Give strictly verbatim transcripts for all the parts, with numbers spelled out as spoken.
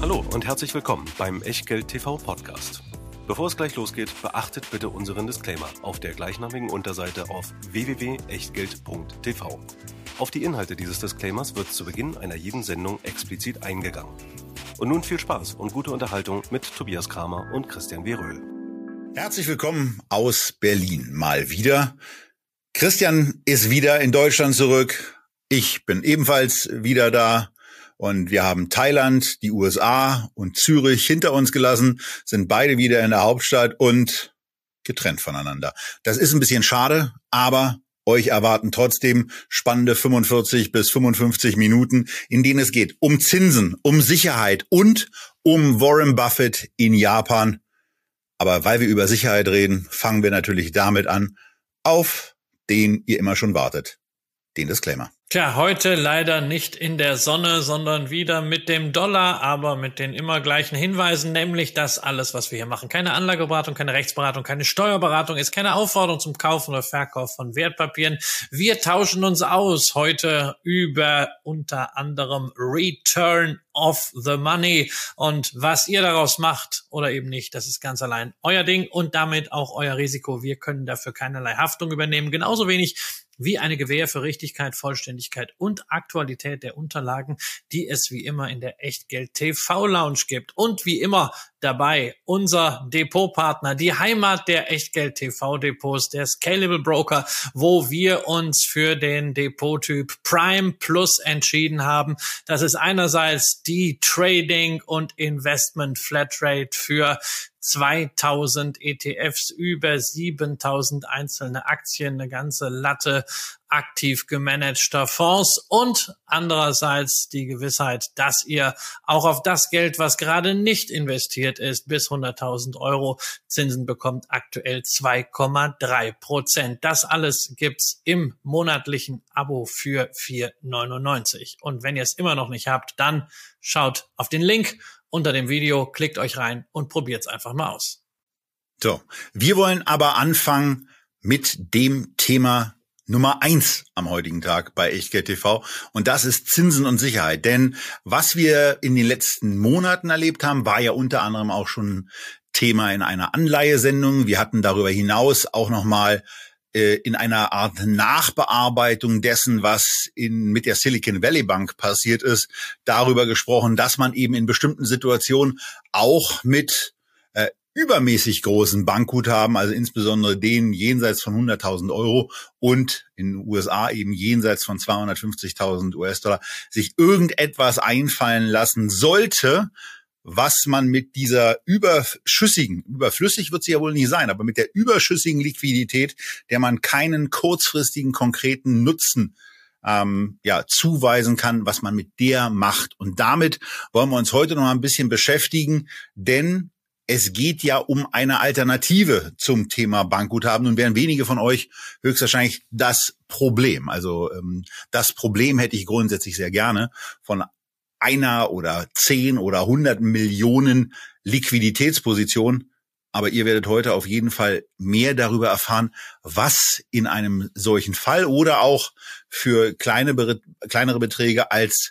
Hallo und herzlich willkommen beim Echtgeld T V Podcast. Bevor es gleich losgeht, beachtet bitte unseren Disclaimer auf der gleichnamigen Unterseite auf w w w punkt echtgeld punkt t v. Auf die Inhalte dieses Disclaimers wird zu Beginn einer jeden Sendung explizit eingegangen. Und nun viel Spaß und gute Unterhaltung mit Tobias Kramer und Christian W. Röhl. Herzlich willkommen aus Berlin mal wieder. Christian ist wieder in Deutschland zurück. Ich bin ebenfalls wieder da. Und wir haben Thailand, die U S A und Zürich hinter uns gelassen, sind beide wieder in der Hauptstadt und getrennt voneinander. Das ist ein bisschen schade, aber euch erwarten trotzdem spannende fünfundvierzig bis fünfundfünfzig Minuten, in denen es geht um Zinsen, um Sicherheit und um Warren Buffett in Japan. Aber weil wir über Sicherheit reden, fangen wir natürlich damit an, auf den ihr immer schon wartet, den Disclaimer. Tja, heute leider nicht in der Sonne, sondern wieder mit dem Dollar, aber mit den immer gleichen Hinweisen, nämlich, dass alles, was wir hier machen, keine Anlageberatung, keine Rechtsberatung, keine Steuerberatung ist, keine Aufforderung zum Kauf oder Verkauf von Wertpapieren. Wir tauschen uns aus heute über unter anderem Return of the Money, und was ihr daraus macht oder eben nicht, das ist ganz allein euer Ding und damit auch euer Risiko. Wir können dafür keinerlei Haftung übernehmen, genauso wenig wie eine Gewähr für Richtigkeit, Vollständigkeit und Aktualität der Unterlagen, die es wie immer in der Echtgeld T V Lounge gibt. Und wie immer dabei unser Depotpartner, die Heimat der Echtgeld T V Depots, der Scalable Broker, wo wir uns für den Depottyp Prime Plus entschieden haben. Das ist einerseits die Trading und Investment Flatrate für zweitausend E T Fs, über siebentausend einzelne Aktien, eine ganze Latte aktiv gemanagter Fonds und andererseits die Gewissheit, dass ihr auch auf das Geld, was gerade nicht investiert ist, bis hunderttausend Euro Zinsen bekommt, aktuell zwei Komma drei Prozent. Das alles gibt's im monatlichen Abo für vier neunundneunzig. Und wenn ihr es immer noch nicht habt, dann schaut auf den Link unter dem Video, klickt euch rein und probiert's einfach mal aus. So, wir wollen aber anfangen mit dem Thema Nummer eins am heutigen Tag bei Echtgeld T V, und das ist Zinsen und Sicherheit. Denn was wir in den letzten Monaten erlebt haben, war ja unter anderem auch schon Thema in einer Anleihesendung. Wir hatten darüber hinaus auch nochmal äh, in einer Art Nachbearbeitung dessen, was in mit der Silicon Valley Bank passiert ist, darüber gesprochen, dass man eben in bestimmten Situationen auch mit äh, übermäßig großen Bankguthaben, also insbesondere denen jenseits von hunderttausend Euro und in den U S A eben jenseits von zweihundertfünfzigtausend U S-Dollar, sich irgendetwas einfallen lassen sollte, was man mit dieser überschüssigen, überflüssig wird sie ja wohl nicht sein, aber mit der überschüssigen Liquidität, der man keinen kurzfristigen konkreten Nutzen ähm, ja zuweisen kann, was man mit der macht. Und damit wollen wir uns heute noch mal ein bisschen beschäftigen, denn es geht ja um eine Alternative zum Thema Bankguthaben. Nun wären wenige von euch höchstwahrscheinlich das Problem. Also ähm, das Problem hätte ich grundsätzlich sehr gerne von einer oder zehn oder hundert Millionen Liquiditätspositionen. Aber ihr werdet heute auf jeden Fall mehr darüber erfahren, was in einem solchen Fall oder auch für kleine, kleinere Beträge als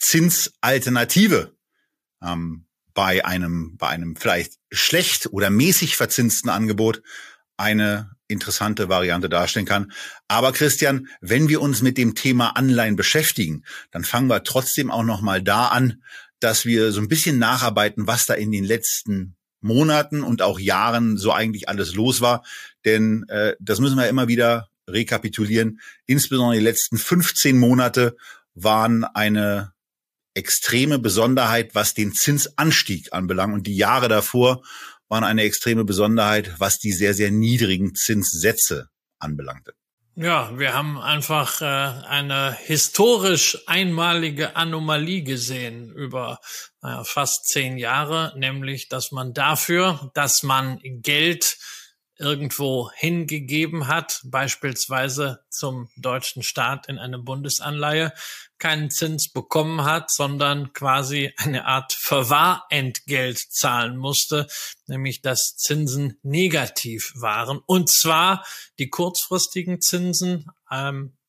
Zinsalternative ähm, bei einem, bei einem vielleicht schlecht oder mäßig verzinsten Angebot eine interessante Variante darstellen kann. Aber Christian, wenn wir uns mit dem Thema Anleihen beschäftigen, dann fangen wir trotzdem auch noch mal da an, dass wir so ein bisschen nacharbeiten, was da in den letzten Monaten und auch Jahren so eigentlich alles los war. Denn äh, das müssen wir immer wieder rekapitulieren. Insbesondere die letzten fünfzehn Monate waren eine extreme Besonderheit, was den Zinsanstieg anbelangt. Und die Jahre davor waren eine extreme Besonderheit, was die sehr, sehr niedrigen Zinssätze anbelangte. Ja, wir haben einfach äh, eine historisch einmalige Anomalie gesehen über naja, fast zehn Jahre, nämlich, dass man dafür, dass man Geld irgendwo hingegeben hat, beispielsweise zum deutschen Staat in eine Bundesanleihe, keinen Zins bekommen hat, sondern quasi eine Art Verwahrentgelt zahlen musste, nämlich dass Zinsen negativ waren. Und zwar die kurzfristigen Zinsen, ähm,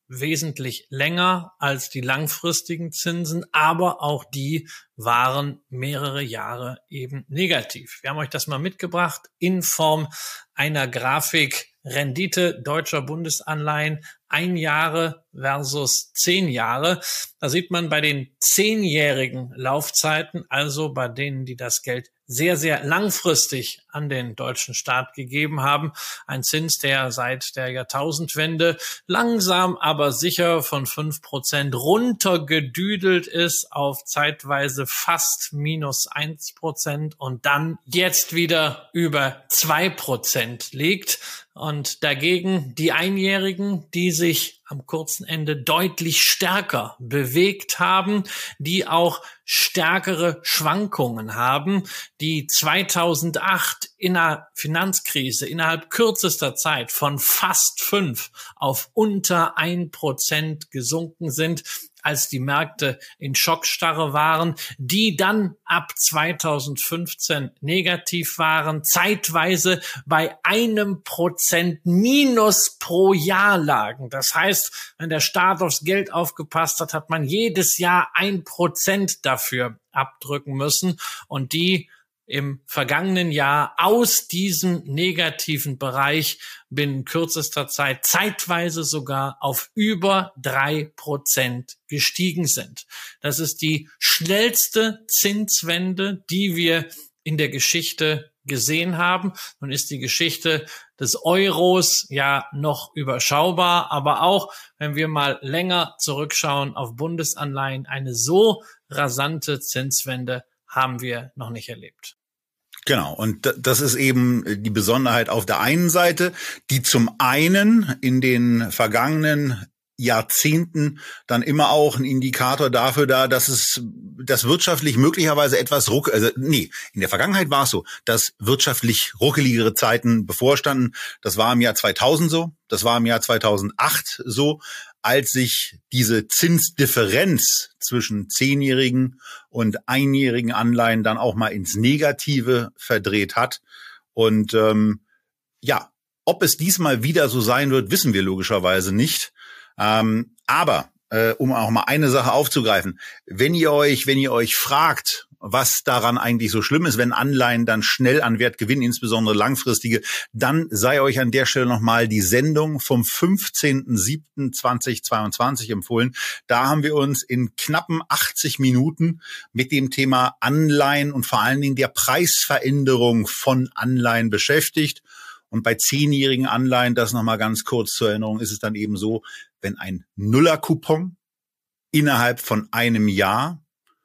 wesentlich länger als die langfristigen Zinsen, aber auch die waren mehrere Jahre eben negativ. Wir haben euch das mal mitgebracht in Form einer Grafik Rendite deutscher Bundesanleihen, ein Jahre versus zehn Jahre. Da sieht man bei den zehnjährigen Laufzeiten, also bei denen, die das Geld sehr, sehr langfristig an den deutschen Staat gegeben haben, ein Zins, der seit der Jahrtausendwende langsam, aber sicher von fünf Prozent runtergedüdelt ist auf zeitweise fast minus eins Prozent und dann jetzt wieder über zwei Prozent liegt. Und dagegen die Einjährigen, die sich am kurzen Ende deutlich stärker bewegt haben, die auch stärkere Schwankungen haben, die zweitausendacht in einer Finanzkrise innerhalb kürzester Zeit von fast fünf auf unter ein Prozent gesunken sind, als die Märkte in Schockstarre waren, die dann ab zweitausendfünfzehn negativ waren, zeitweise bei einem Prozent Minus pro Jahr lagen. Das heißt, wenn der Staat aufs Geld aufgepasst hat, hat man jedes Jahr ein Prozent dafür abdrücken müssen und die im vergangenen Jahr aus diesem negativen Bereich binnen kürzester Zeit zeitweise sogar auf über drei Prozent gestiegen sind. Das ist die schnellste Zinswende, die wir in der Geschichte gesehen haben. Nun ist die Geschichte des Euros ja noch überschaubar, aber auch wenn wir mal länger zurückschauen auf Bundesanleihen, eine so rasante Zinswende haben wir noch nicht erlebt. Genau, und das ist eben die Besonderheit auf der einen Seite, die zum einen in den vergangenen Jahrzehnten dann immer auch ein Indikator dafür da, dass es, dass wirtschaftlich möglicherweise etwas ruck, also nee, in der Vergangenheit war es so, dass wirtschaftlich ruckeligere Zeiten bevorstanden. Das war im Jahr zweitausend so, das war im Jahr zweitausendacht so, als sich diese Zinsdifferenz zwischen zehnjährigen und einjährigen Anleihen dann auch mal ins Negative verdreht hat. Und ähm, ja, ob es diesmal wieder so sein wird, wissen wir logischerweise nicht. Ähm, aber äh, um auch mal eine Sache aufzugreifen, wenn ihr euch, wenn ihr euch fragt, was daran eigentlich so schlimm ist, wenn Anleihen dann schnell an Wert gewinnen, insbesondere langfristige, dann sei euch an der Stelle nochmal die Sendung vom fünfzehnten siebten zweitausendzweiundzwanzig empfohlen. Da haben wir uns in knappen achtzig Minuten mit dem Thema Anleihen und vor allen Dingen der Preisveränderung von Anleihen beschäftigt. Und bei zehnjährigen Anleihen, das nochmal ganz kurz zur Erinnerung, ist es dann eben so, wenn ein Nuller-Coupon innerhalb von einem Jahr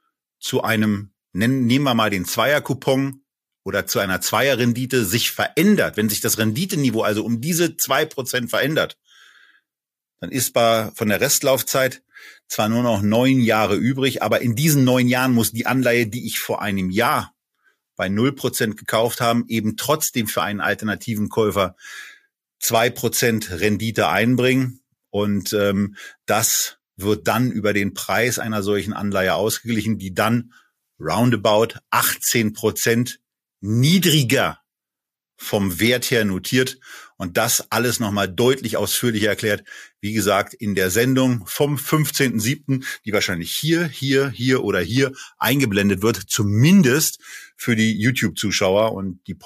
zu einem, nennen, nehmen wir mal den Zweier-Coupon oder zu einer Zweier-Rendite sich verändert, wenn sich das Renditeniveau also um diese zwei Prozent verändert, dann ist bei, von der Restlaufzeit zwar nur noch neun Jahre übrig, aber in diesen neun Jahren muss die Anleihe, die ich vor einem Jahr bei null Prozent gekauft haben, eben trotzdem für einen alternativen Käufer zwei Prozent Rendite einbringen. Und ähm, das wird dann über den Preis einer solchen Anleihe ausgeglichen, die dann roundabout achtzehn Prozent niedriger vom Wert her notiert. Und das alles nochmal deutlich ausführlicher erklärt. Wie gesagt, in der Sendung vom fünfzehnten siebten, die wahrscheinlich hier, hier, hier oder hier eingeblendet wird, zumindest für die YouTube-Zuschauer, und die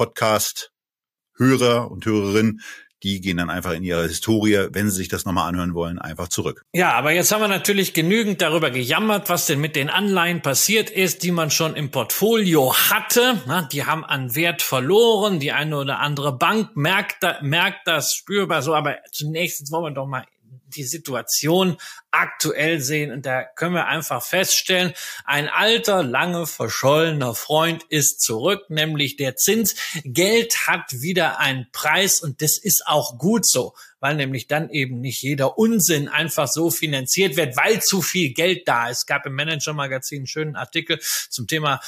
Podcast-Hörer und Hörerinnen, die gehen dann einfach in ihre Historie, wenn sie sich das nochmal anhören wollen, einfach zurück. Ja, aber jetzt haben wir natürlich genügend darüber gejammert, was denn mit den Anleihen passiert ist, die man schon im Portfolio hatte. Na, die haben an Wert verloren. Die eine oder andere Bank merkt, da, merkt das spürbar so. Aber zunächst jetzt wollen wir doch mal die Situation aktuell sehen. Und da können wir einfach feststellen, ein alter, lange verschollener Freund ist zurück, nämlich der Zins. Geld hat wieder einen Preis und das ist auch gut so, weil nämlich dann eben nicht jeder Unsinn einfach so finanziert wird, weil zu viel Geld da ist. Es gab im Manager-Magazin einen schönen Artikel zum Thema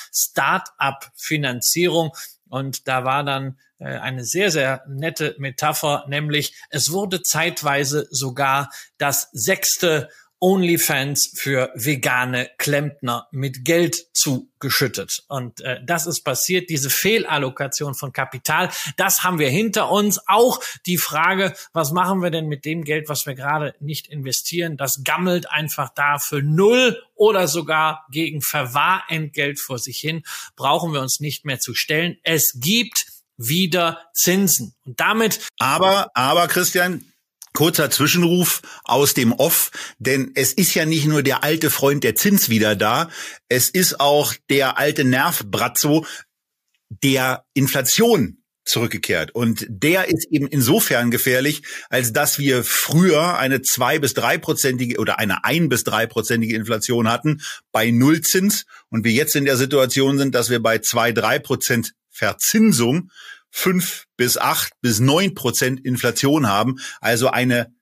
Start-up-Finanzierung. Und da war dann äh, eine sehr, sehr nette Metapher, nämlich es wurde zeitweise sogar das sechste OnlyFans für vegane Klempner mit Geld zugeschüttet. Und äh, das ist passiert, diese Fehlallokation von Kapital, das haben wir hinter uns. Auch die Frage, was machen wir denn mit dem Geld, was wir gerade nicht investieren? Das gammelt einfach da für null oder sogar gegen Verwahrentgelt vor sich hin. Brauchen wir uns nicht mehr zu stellen. Es gibt wieder Zinsen. Und damit... Aber, aber Christian... Kurzer Zwischenruf aus dem Off, denn es ist ja nicht nur der alte Freund der Zins wieder da, es ist auch der alte Nerv-Brazzo der Inflation zurückgekehrt. Und der ist eben insofern gefährlich, als dass wir früher eine zwei- bis dreiprozentige oder eine ein- bis dreiprozentige Inflation hatten bei Nullzins und wir jetzt in der Situation sind, dass wir bei zwei, drei Prozent Verzinsung fünf bis acht bis neun Prozent Inflation haben, also eine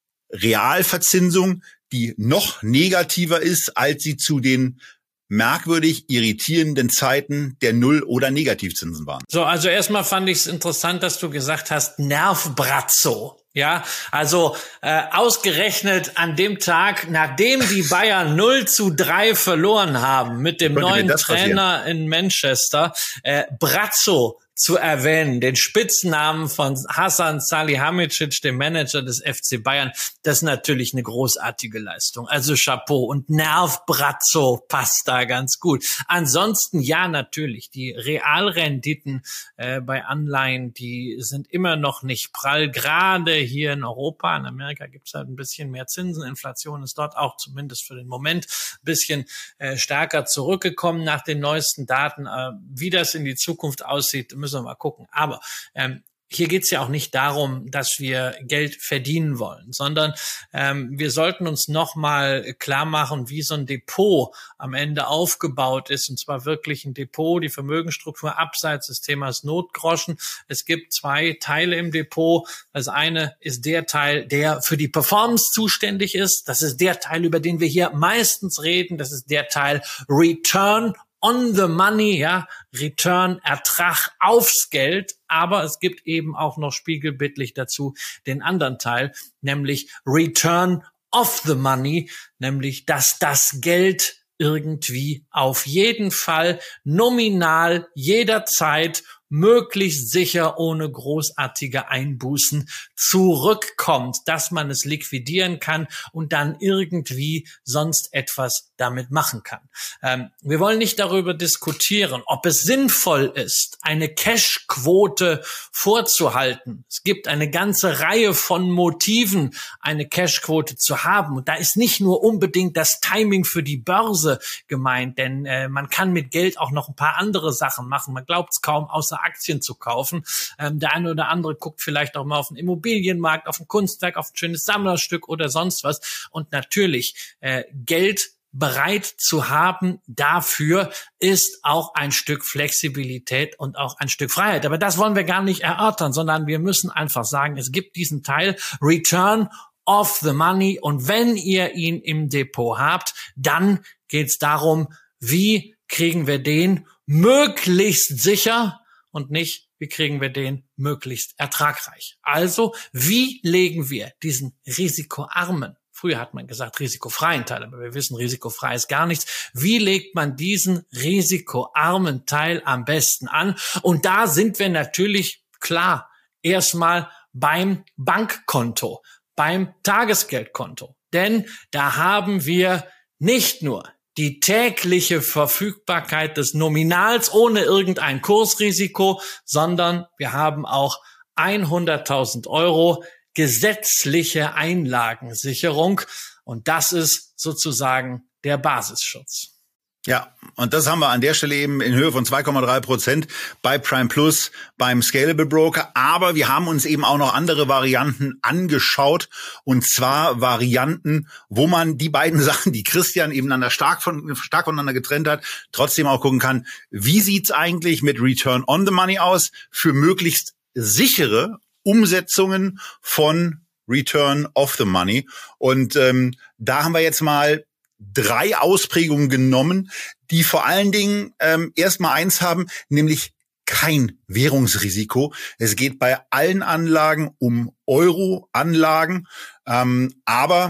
Realverzinsung, die noch negativer ist, als sie zu den merkwürdig irritierenden Zeiten der Null- oder Negativzinsen waren. So, also erstmal fand ich es interessant, dass du gesagt hast, Nerv-Brazzo. Ja, also äh, ausgerechnet an dem Tag, nachdem die Bayern null zu drei verloren haben mit dem neuen Trainer passieren? in Manchester, äh, Brazzo zu erwähnen, den Spitznamen von Hasan Salihamidzic, dem Manager des F C Bayern, das ist natürlich eine großartige Leistung. Also Chapeau und Nerv-Brazzo passt da ganz gut. Ansonsten ja, natürlich, die Realrenditen äh, bei Anleihen, die sind immer noch nicht prall, gerade hier in Europa. In Amerika gibt es halt ein bisschen mehr Zinsen. Inflation ist dort auch zumindest für den Moment ein bisschen äh, stärker zurückgekommen nach den neuesten Daten. Äh, wie das in die Zukunft aussieht, müssen wir mal gucken. Aber ähm, hier geht es ja auch nicht darum, dass wir Geld verdienen wollen, sondern ähm, wir sollten uns nochmal klar machen, wie so ein Depot am Ende aufgebaut ist, und zwar wirklich ein Depot, die Vermögensstruktur abseits des Themas Notgroschen. Es gibt zwei Teile im Depot. Das eine ist der Teil, der für die Performance zuständig ist. Das ist der Teil, über den wir hier meistens reden. Das ist der Teil Return on the money, ja, Return, Ertrag aufs Geld, aber es gibt eben auch noch spiegelbildlich dazu den anderen Teil, nämlich Return of the money, nämlich dass das Geld irgendwie auf jeden Fall nominal jederzeit möglichst sicher ohne großartige Einbußen zurückkommt, dass man es liquidieren kann und dann irgendwie sonst etwas damit machen kann. Ähm, wir wollen nicht darüber diskutieren, ob es sinnvoll ist, eine Cash-Quote vorzuhalten. Es gibt eine ganze Reihe von Motiven, eine Cash-Quote zu haben. Und da ist nicht nur unbedingt das Timing für die Börse gemeint, denn äh, man kann mit Geld auch noch ein paar andere Sachen machen. Man glaubt es kaum, außer Aktien zu kaufen. Ähm, der eine oder andere guckt vielleicht auch mal auf den Immobilienmarkt, auf ein Kunstwerk, auf ein schönes Sammlerstück oder sonst was. Und natürlich, äh, Geld bereit zu haben dafür ist auch ein Stück Flexibilität und auch ein Stück Freiheit. Aber das wollen wir gar nicht erörtern, sondern wir müssen einfach sagen, es gibt diesen Teil Return of the Money, und wenn ihr ihn im Depot habt, dann geht es darum, wie kriegen wir den möglichst sicher und nicht, wie kriegen wir den möglichst ertragreich. Also, wie legen wir diesen risikoarmen, früher hat man gesagt risikofreien Teil, aber wir wissen, risikofrei ist gar nichts. Wie legt man diesen risikoarmen Teil am besten an? Und da sind wir natürlich klar erstmal beim Bankkonto, beim Tagesgeldkonto. Denn da haben wir nicht nur die tägliche Verfügbarkeit des Nominals ohne irgendein Kursrisiko, sondern wir haben auch hunderttausend Euro gesetzliche Einlagensicherung, und das ist sozusagen der Basisschutz. Ja, und das haben wir an der Stelle eben in Höhe von zwei Komma drei Prozent bei Prime Plus, beim Scalable Broker. Aber wir haben uns eben auch noch andere Varianten angeschaut, und zwar Varianten, wo man die beiden Sachen, die Christian eben stark, von, stark voneinander getrennt hat, trotzdem auch gucken kann, wie sieht's eigentlich mit Return on the Money aus für möglichst sichere Umsetzungen von Return of the Money. Und ähm, da haben wir jetzt mal drei Ausprägungen genommen, die vor allen Dingen ähm, erstmal eins haben, nämlich kein Währungsrisiko. Es geht bei allen Anlagen um Euro-Anlagen, ähm, aber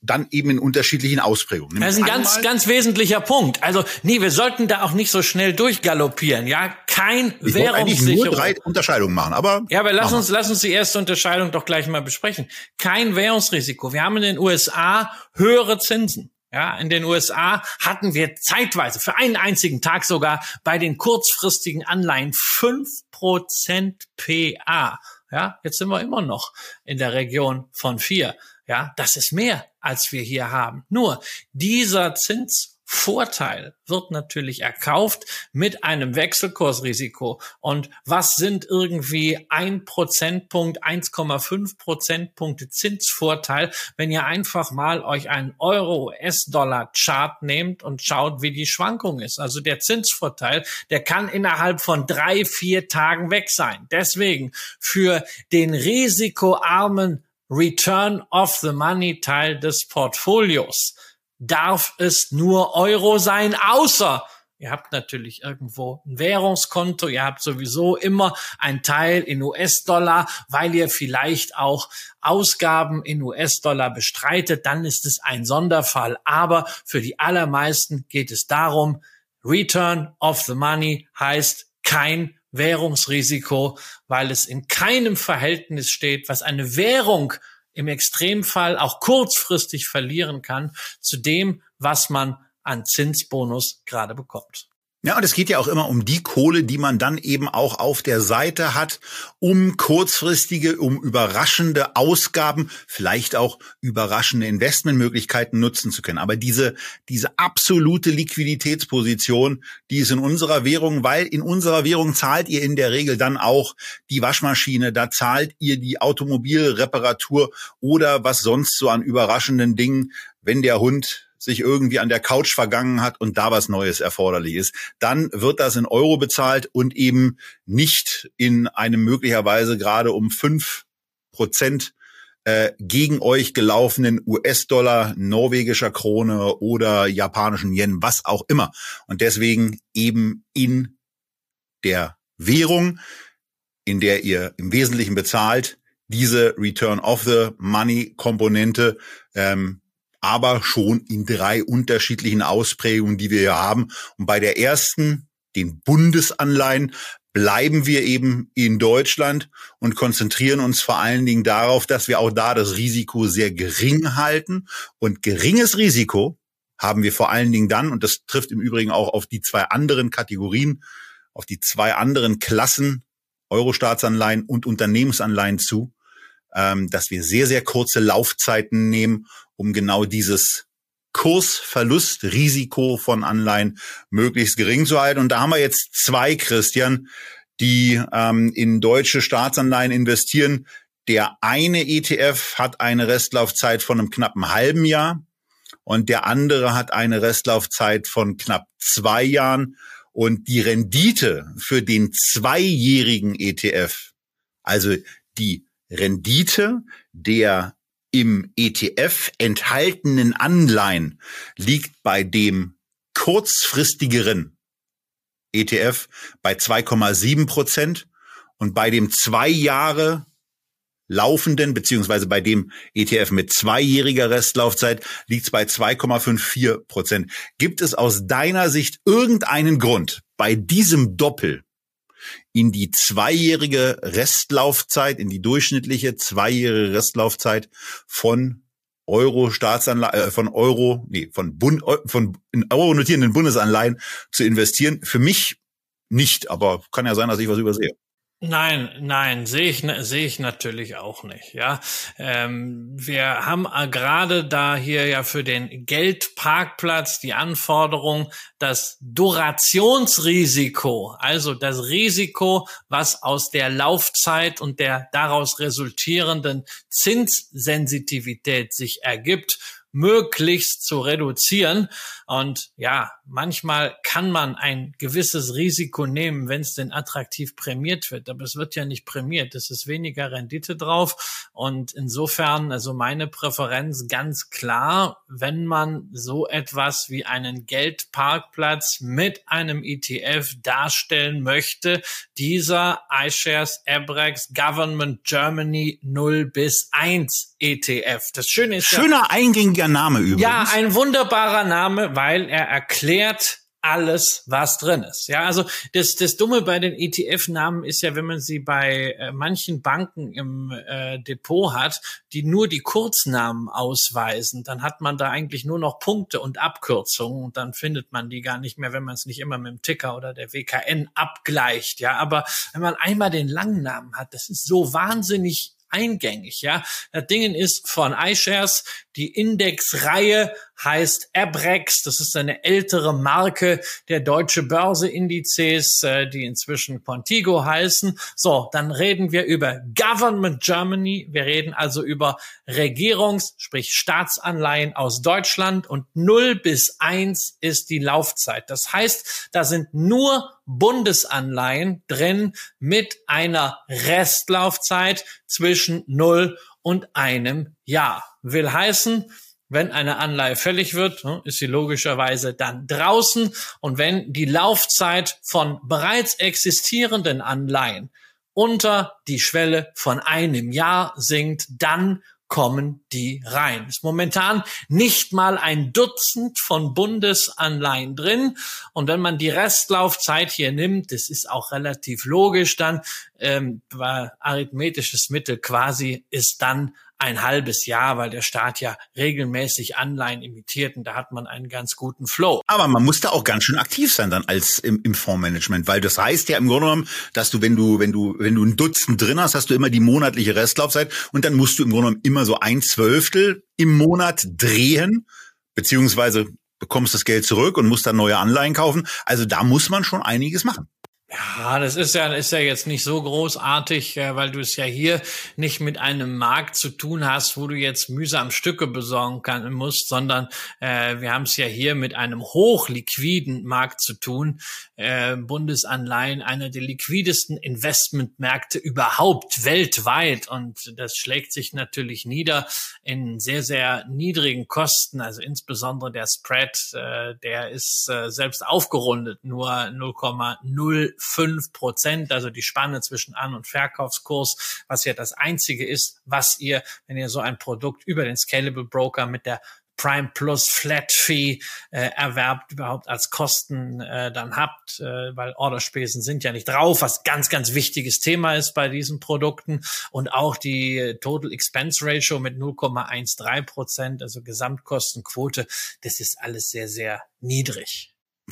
dann eben in unterschiedlichen Ausprägungen. Das ist ein ganz, ganz wesentlicher Punkt. Also, nee, wir sollten da auch nicht so schnell durchgaloppieren, ja? Kein ich Währungssicherung. eigentlich nur drei Unterscheidungen machen, aber. Ja, aber lass uns, lass uns die erste Unterscheidung doch gleich mal besprechen. Kein Währungsrisiko. Wir haben in den U S A höhere Zinsen. Ja, in den U S A hatten wir zeitweise, für einen einzigen Tag sogar, bei den kurzfristigen Anleihen fünf Prozent P A. Ja, jetzt sind wir immer noch in der Region von vier. Ja, das ist mehr, als wir hier haben. Nur dieser Zinsvorteil wird natürlich erkauft mit einem Wechselkursrisiko. Und was sind irgendwie ein Prozentpunkt, eins Komma fünf Prozentpunkte Zinsvorteil, wenn ihr einfach mal euch einen Euro-U S-Dollar-Chart nehmt und schaut, wie die Schwankung ist. Also der Zinsvorteil, der kann innerhalb von drei, vier Tagen weg sein. Deswegen für den risikoarmen Return of the Money Teil des Portfolios darf es nur Euro sein, außer ihr habt natürlich irgendwo ein Währungskonto, ihr habt sowieso immer einen Teil in U S-Dollar, weil ihr vielleicht auch Ausgaben in U S-Dollar bestreitet, dann ist es ein Sonderfall. Aber für die allermeisten geht es darum, Return of the Money heißt kein Währungsrisiko, weil es in keinem Verhältnis steht, was eine Währung im Extremfall auch kurzfristig verlieren kann, zu dem, was man an Zinsbonus gerade bekommt. Ja, und es geht ja auch immer um die Kohle, die man dann eben auch auf der Seite hat, um kurzfristige, um überraschende Ausgaben, vielleicht auch überraschende Investmentmöglichkeiten nutzen zu können. Aber diese, diese absolute Liquiditätsposition, die ist in unserer Währung, weil in unserer Währung zahlt ihr in der Regel dann auch die Waschmaschine, da zahlt ihr die Automobilreparatur oder was sonst so an überraschenden Dingen, wenn der Hund sich irgendwie an der Couch vergangen hat und da was Neues erforderlich ist, dann wird das in Euro bezahlt und eben nicht in einem möglicherweise gerade um fünf Prozent äh, gegen euch gelaufenen U S-Dollar, norwegischer Krone oder japanischen Yen, was auch immer. Und deswegen eben in der Währung, in der ihr im Wesentlichen bezahlt, diese Return of the Money Komponente, ähm, aber schon in drei unterschiedlichen Ausprägungen, die wir hier haben. Und bei der ersten, den Bundesanleihen, bleiben wir eben in Deutschland und konzentrieren uns vor allen Dingen darauf, dass wir auch da das Risiko sehr gering halten. Und geringes Risiko haben wir vor allen Dingen dann, und das trifft im Übrigen auch auf die zwei anderen Kategorien, auf die zwei anderen Klassen, Euro-Staatsanleihen und Unternehmensanleihen zu, dass wir sehr, sehr kurze Laufzeiten nehmen, um genau dieses Kursverlustrisiko von Anleihen möglichst gering zu halten. Und da haben wir jetzt zwei, Christian, die ähm, in deutsche Staatsanleihen investieren. Der eine E T F hat eine Restlaufzeit von einem knappen halben Jahr und der andere hat eine Restlaufzeit von knapp zwei Jahren. Und die Rendite für den zweijährigen E T F, also die Rendite der im E T F enthaltenen Anleihen, liegt bei dem kurzfristigeren E T F bei zwei Komma sieben Prozent und bei dem zwei Jahre laufenden, beziehungsweise bei dem E T F mit zweijähriger Restlaufzeit liegt es bei zwei Komma fünfundfünfzig Prozent. Gibt es aus deiner Sicht irgendeinen Grund, bei diesem Doppel in die zweijährige Restlaufzeit, in die durchschnittliche zweijährige Restlaufzeit von Euro-Staatsanleihen, äh, von Euro, nee, von Bund, von in Euro notierenden Bundesanleihen zu investieren? Für mich nicht, aber kann ja sein, dass ich was übersehe. Nein, nein, sehe ich sehe ich natürlich auch nicht. Ja, ähm, wir haben gerade da hier ja für den Geldparkplatz die Anforderung, das Durationsrisiko, also das Risiko, was aus der Laufzeit und der daraus resultierenden Zinssensitivität sich ergibt, möglichst zu reduzieren. Und ja, manchmal kann man ein gewisses Risiko nehmen, wenn es denn attraktiv prämiert wird, aber es wird ja nicht prämiert, es ist weniger Rendite drauf und insofern, also meine Präferenz ganz klar, wenn man so etwas wie einen Geldparkplatz mit einem E T F darstellen möchte, dieser iShares Ebrex Government Germany null bis eins E T F. Das Schöne ist Schöner ja, eingängiger Name übrigens. Ja, ein wunderbarer Name, weil er erklärt alles, was drin ist. Ja, also das, das Dumme bei den E T F-Namen ist ja, wenn man sie bei äh, manchen Banken im äh, Depot hat, die nur die Kurznamen ausweisen, dann hat man da eigentlich nur noch Punkte und Abkürzungen und dann findet man die gar nicht mehr, wenn man es nicht immer mit dem Ticker oder der W K N abgleicht. Ja, aber wenn man einmal den langen Namen hat, das ist so wahnsinnig eingängig, ja. Das Ding ist von iShares, die Indexreihe heißt Ebrex, das ist eine ältere Marke der Deutsche Börse-Indizes, die inzwischen Contigo heißen. So, dann reden wir über Government Germany, wir reden also über Regierungs-, sprich Staatsanleihen aus Deutschland und null bis eins ist die Laufzeit. Das heißt, da sind nur Bundesanleihen drin mit einer Restlaufzeit zwischen null und einem Jahr. Will heißen, wenn eine Anleihe fällig wird, ist sie logischerweise dann draußen. Und wenn die Laufzeit von bereits existierenden Anleihen unter die Schwelle von einem Jahr sinkt, dann kommen die rein. Ist momentan nicht mal ein Dutzend von Bundesanleihen drin. Und wenn man die Restlaufzeit hier nimmt, das ist auch relativ logisch dann, ähm, weil arithmetisches Mittel quasi ist dann ein halbes Jahr, weil der Staat ja regelmäßig Anleihen emittiert und da hat man einen ganz guten Flow. Aber man muss da auch ganz schön aktiv sein dann als im, im Fondsmanagement, weil das heißt ja im Grunde genommen, dass du, wenn du, wenn du, wenn du ein Dutzend drin hast, hast du immer die monatliche Restlaufzeit und dann musst du im Grunde genommen immer so ein Zwölftel im Monat drehen, beziehungsweise bekommst das Geld zurück und musst dann neue Anleihen kaufen. Also da muss man schon einiges machen. Ja, das ist ja, ist ja jetzt nicht so großartig, weil du es ja hier nicht mit einem Markt zu tun hast, wo du jetzt mühsam Stücke besorgen kann, musst, sondern äh, wir haben es ja hier mit einem hochliquiden Markt zu tun. Äh, Bundesanleihen, einer der liquidesten Investmentmärkte überhaupt weltweit und das schlägt sich natürlich nieder in sehr, sehr niedrigen Kosten, also insbesondere der Spread, äh, der ist äh, selbst aufgerundet, nur null Komma null fünf Prozent, also die Spanne zwischen An- und Verkaufskurs, was ja das Einzige ist, was ihr, wenn ihr so ein Produkt über den Scalable Broker mit der Prime Plus Flat Fee äh, erwerbt, überhaupt als Kosten äh, dann habt, äh, weil Orderspesen sind ja nicht drauf, was ganz, ganz wichtiges Thema ist bei diesen Produkten und auch die Total Expense Ratio mit null Komma dreizehn Prozent, also Gesamtkostenquote, das ist alles sehr, sehr niedrig.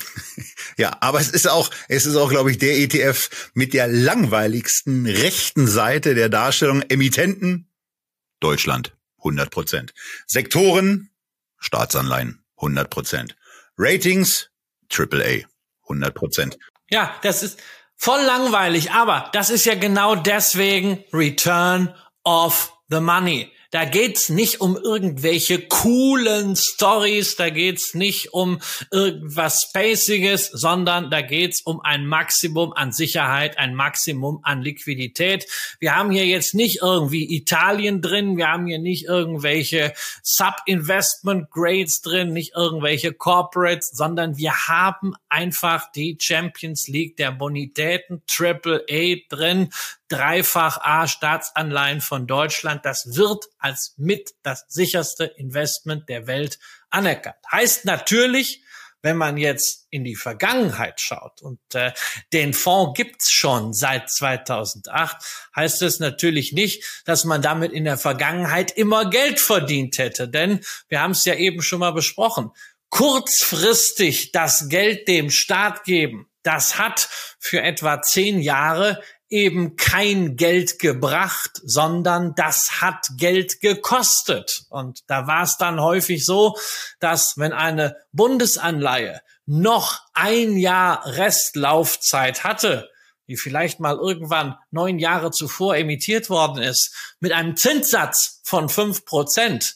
Ja, aber es ist auch, es ist auch, glaube ich, der E T F mit der langweiligsten rechten Seite der Darstellung. Emittenten, Deutschland, hundert Prozent. Sektoren, Staatsanleihen, hundert Prozent. Ratings, Triple A, hundert Prozent. Ja, das ist voll langweilig, aber das ist ja genau deswegen Return of the Money. Da geht's nicht um irgendwelche coolen Stories, da geht's nicht um irgendwas Spaciges, sondern da geht's um ein Maximum an Sicherheit, ein Maximum an Liquidität. Wir haben hier jetzt nicht irgendwie Italien drin, wir haben hier nicht irgendwelche Sub-Investment Grades drin, nicht irgendwelche Corporates, sondern wir haben einfach die Champions League der Bonitäten, Triple A drin, Dreifach A Staatsanleihen von Deutschland. Das wird als mit das sicherste Investment der Welt anerkannt. Heißt natürlich, wenn man jetzt in die Vergangenheit schaut und äh, den Fonds gibt's schon seit zweitausendacht, heißt es natürlich nicht, dass man damit in der Vergangenheit immer Geld verdient hätte. Denn wir haben es ja eben schon mal besprochen. Kurzfristig das Geld dem Staat geben, das hat für etwa zehn Jahre eben kein Geld gebracht, sondern das hat Geld gekostet. Und da war es dann häufig so, dass wenn eine Bundesanleihe noch ein Jahr Restlaufzeit hatte, die vielleicht mal irgendwann neun Jahre zuvor emittiert worden ist, mit einem Zinssatz von fünf Prozent,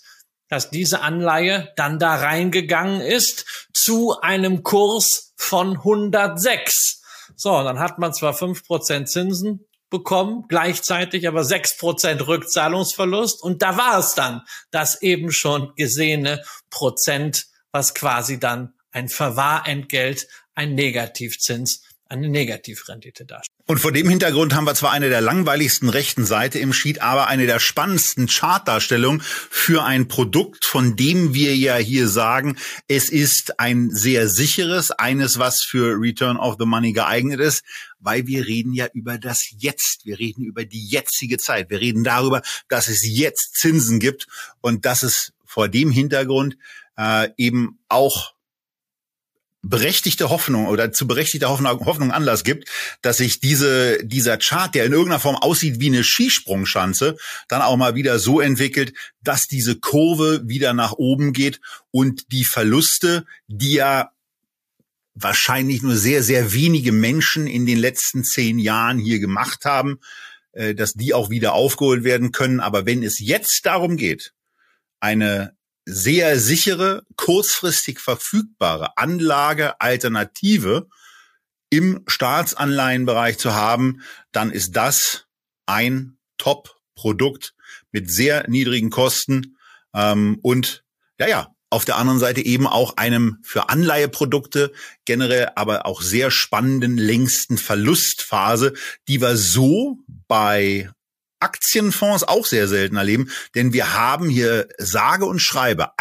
dass diese Anleihe dann da reingegangen ist zu einem Kurs von hundertsechs. So, dann hat man zwar fünf Prozent Zinsen bekommen, gleichzeitig aber sechs Prozent Rückzahlungsverlust. Und da war es dann das eben schon gesehene Prozent, was quasi dann ein Verwahrentgelt, ein Negativzins, eine Negativrendite darstellt. Und vor dem Hintergrund haben wir zwar eine der langweiligsten rechten Seite im Sheet, aber eine der spannendsten Chartdarstellungen für ein Produkt, von dem wir ja hier sagen, es ist ein sehr sicheres, eines, was für Return of the Money geeignet ist, weil wir reden ja über das Jetzt. Wir reden über die jetzige Zeit. Wir reden darüber, dass es jetzt Zinsen gibt und dass es vor dem Hintergrund äh, eben auch berechtigte Hoffnung oder zu berechtigter Hoffnung, Hoffnung Anlass gibt, dass sich diese, dieser Chart, der in irgendeiner Form aussieht wie eine Skisprungschanze, dann auch mal wieder so entwickelt, dass diese Kurve wieder nach oben geht und die Verluste, die ja wahrscheinlich nur sehr, sehr wenige Menschen in den letzten zehn Jahren hier gemacht haben, dass die auch wieder aufgeholt werden können. Aber wenn es jetzt darum geht, eine sehr sichere, kurzfristig verfügbare Anlagealternative im Staatsanleihenbereich zu haben, dann ist das ein Top-Produkt mit sehr niedrigen Kosten ähm, und ja, ja, auf der anderen Seite eben auch einem für Anleiheprodukte generell aber auch sehr spannenden längsten Verlustphase, die wir so bei Aktienfonds auch sehr selten erleben, denn wir haben hier sage und schreibe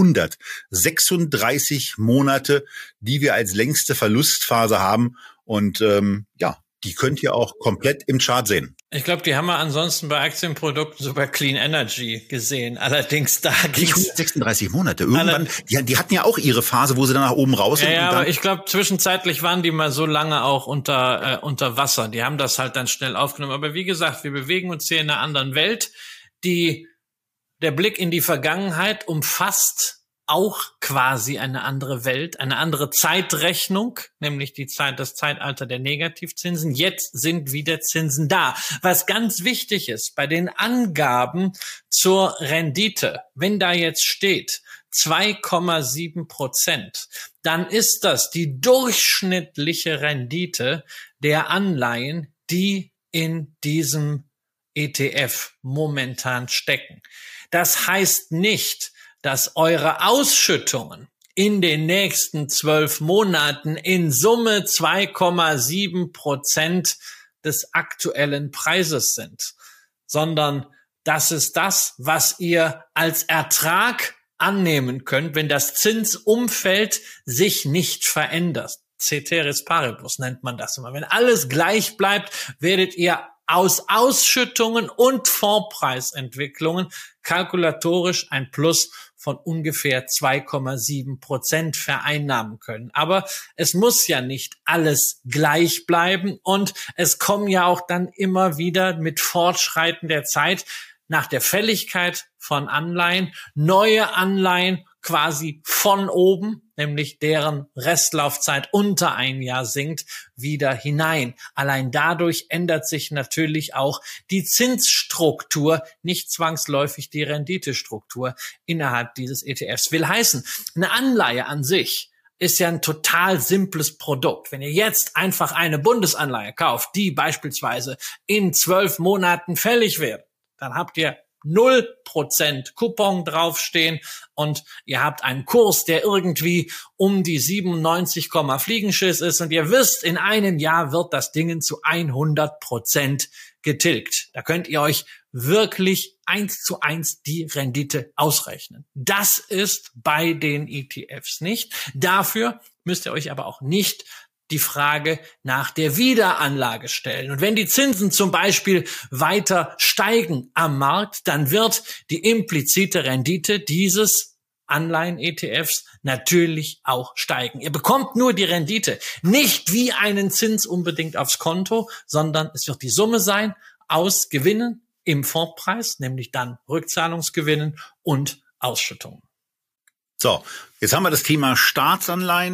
hundertsechsunddreißig Monate, die wir als längste Verlustphase haben und ähm, ja, die könnt ihr auch komplett im Chart sehen. Ich glaube, die haben wir ansonsten bei Aktienprodukten so bei Clean Energy gesehen. Allerdings da ging es sechsunddreißig Monate. Irgendwann, die, die hatten ja auch ihre Phase, wo sie dann nach oben raus sind. Ja, ja, und dann aber ich glaube, zwischenzeitlich waren die mal so lange auch unter äh, unter Wasser. Die haben das halt dann schnell aufgenommen. Aber wie gesagt, wir bewegen uns hier in einer anderen Welt. Die der Blick in die Vergangenheit umfasst auch quasi eine andere Welt, eine andere Zeitrechnung, nämlich die Zeit, das Zeitalter der Negativzinsen. Jetzt sind wieder Zinsen da. Was ganz wichtig ist bei den Angaben zur Rendite, wenn da jetzt steht zwei Komma sieben Prozent, dann ist das die durchschnittliche Rendite der Anleihen, die in diesem E T F momentan stecken. Das heißt nicht, dass eure Ausschüttungen in den nächsten zwölf Monaten in Summe zwei Komma sieben Prozent des aktuellen Preises sind, sondern das ist das, was ihr als Ertrag annehmen könnt, wenn das Zinsumfeld sich nicht verändert. Ceteris paribus nennt man das immer. Wenn alles gleich bleibt, werdet ihr aus Ausschüttungen und Fondspreisentwicklungen kalkulatorisch ein Plus von ungefähr zwei Komma sieben Prozent vereinnahmen können. Aber es muss ja nicht alles gleich bleiben und es kommen ja auch dann immer wieder mit Fortschreiten der Zeit nach der Fälligkeit von Anleihen neue Anleihen quasi von oben, nämlich deren Restlaufzeit unter ein Jahr sinkt, wieder hinein. Allein dadurch ändert sich natürlich auch die Zinsstruktur, nicht zwangsläufig die Renditestruktur innerhalb dieses E T Fs. Will heißen, eine Anleihe an sich ist ja ein total simples Produkt. Wenn ihr jetzt einfach eine Bundesanleihe kauft, die beispielsweise in zwölf Monaten fällig wird, dann habt ihr null Prozent Coupon draufstehen und ihr habt einen Kurs, der irgendwie um die siebenundneunzig, Fliegenschiss ist und ihr wisst, in einem Jahr wird das Ding zu hundert Prozent getilgt. Da könnt ihr euch wirklich eins zu eins die Rendite ausrechnen. Das ist bei den E T Fs nicht. Dafür müsst ihr euch aber auch nicht die Frage nach der Wiederanlage stellen. Und wenn die Zinsen zum Beispiel weiter steigen am Markt, dann wird die implizite Rendite dieses Anleihen-E T Fs natürlich auch steigen. Ihr bekommt nur die Rendite, nicht wie einen Zins unbedingt aufs Konto, sondern es wird die Summe sein aus Gewinnen im Fondspreis, nämlich dann Rückzahlungsgewinnen und Ausschüttungen. So, jetzt haben wir das Thema Staatsanleihen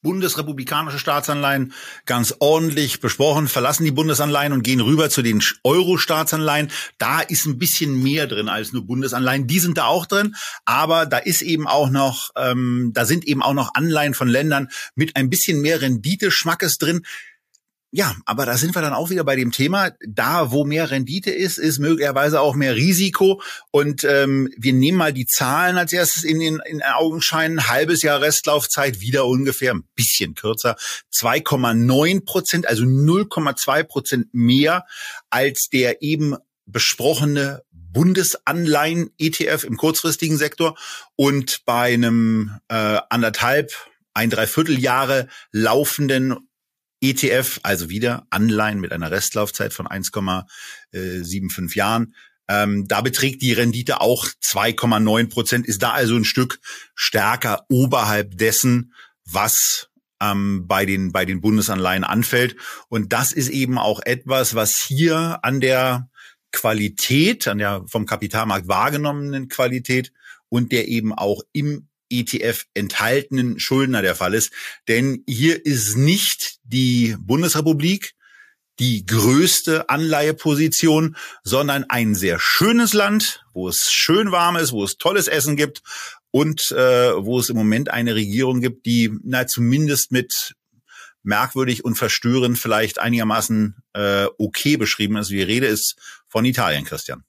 bundesrepublikanische Staatsanleihen ganz ordentlich besprochen, verlassen die Bundesanleihen und gehen rüber zu den Euro-Staatsanleihen. Da ist ein bisschen mehr drin als nur Bundesanleihen. Die sind da auch drin, aber da ist eben auch noch, ähm, da sind eben auch noch Anleihen von Ländern mit ein bisschen mehr Rendite-Schmackes drin. Ja, aber da sind wir dann auch wieder bei dem Thema, da wo mehr Rendite ist, ist möglicherweise auch mehr Risiko. Und ähm, wir nehmen mal die Zahlen als erstes in den in Augenschein. Halbes Jahr Restlaufzeit, wieder ungefähr ein bisschen kürzer, zwei Komma neun Prozent, also null Komma zwei Prozent mehr als der eben besprochene Bundesanleihen-E T F im kurzfristigen Sektor. Und bei einem äh, anderthalb, ein Dreivierteljahre laufenden E T F, also wieder Anleihen mit einer Restlaufzeit von eins Komma fünfundsiebzig Jahren. Ähm, da beträgt die Rendite auch zwei Komma neun Prozent, ist da also ein Stück stärker oberhalb dessen, was ähm, bei den bei den Bundesanleihen anfällt. Und das ist eben auch etwas, was hier an der Qualität, an der vom Kapitalmarkt wahrgenommenen Qualität und der eben auch im E T F enthaltenen Schuldner der Fall ist. Denn hier ist nicht die Bundesrepublik die größte Anleiheposition, sondern ein sehr schönes Land, wo es schön warm ist, wo es tolles Essen gibt und äh, wo es im Moment eine Regierung gibt, die na zumindest mit merkwürdig und verstörend vielleicht einigermaßen äh, okay beschrieben ist. Die Rede ist von Italien, Christian.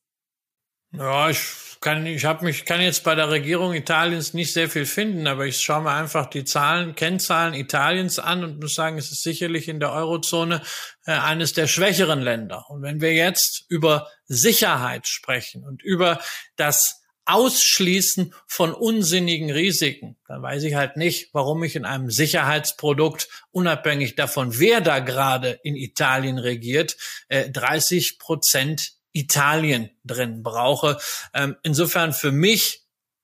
Ja, ich kann, ich habe mich, kann jetzt bei der Regierung Italiens nicht sehr viel finden, aber ich schaue mir einfach die Zahlen, Kennzahlen Italiens an und muss sagen, es ist sicherlich in der Eurozone äh, eines der schwächeren Länder. Und wenn wir jetzt über Sicherheit sprechen und über das Ausschließen von unsinnigen Risiken, dann weiß ich halt nicht, warum ich in einem Sicherheitsprodukt, unabhängig davon, wer da gerade in Italien regiert, äh, dreißig Prozent Italien drin brauche. Ähm, insofern für mich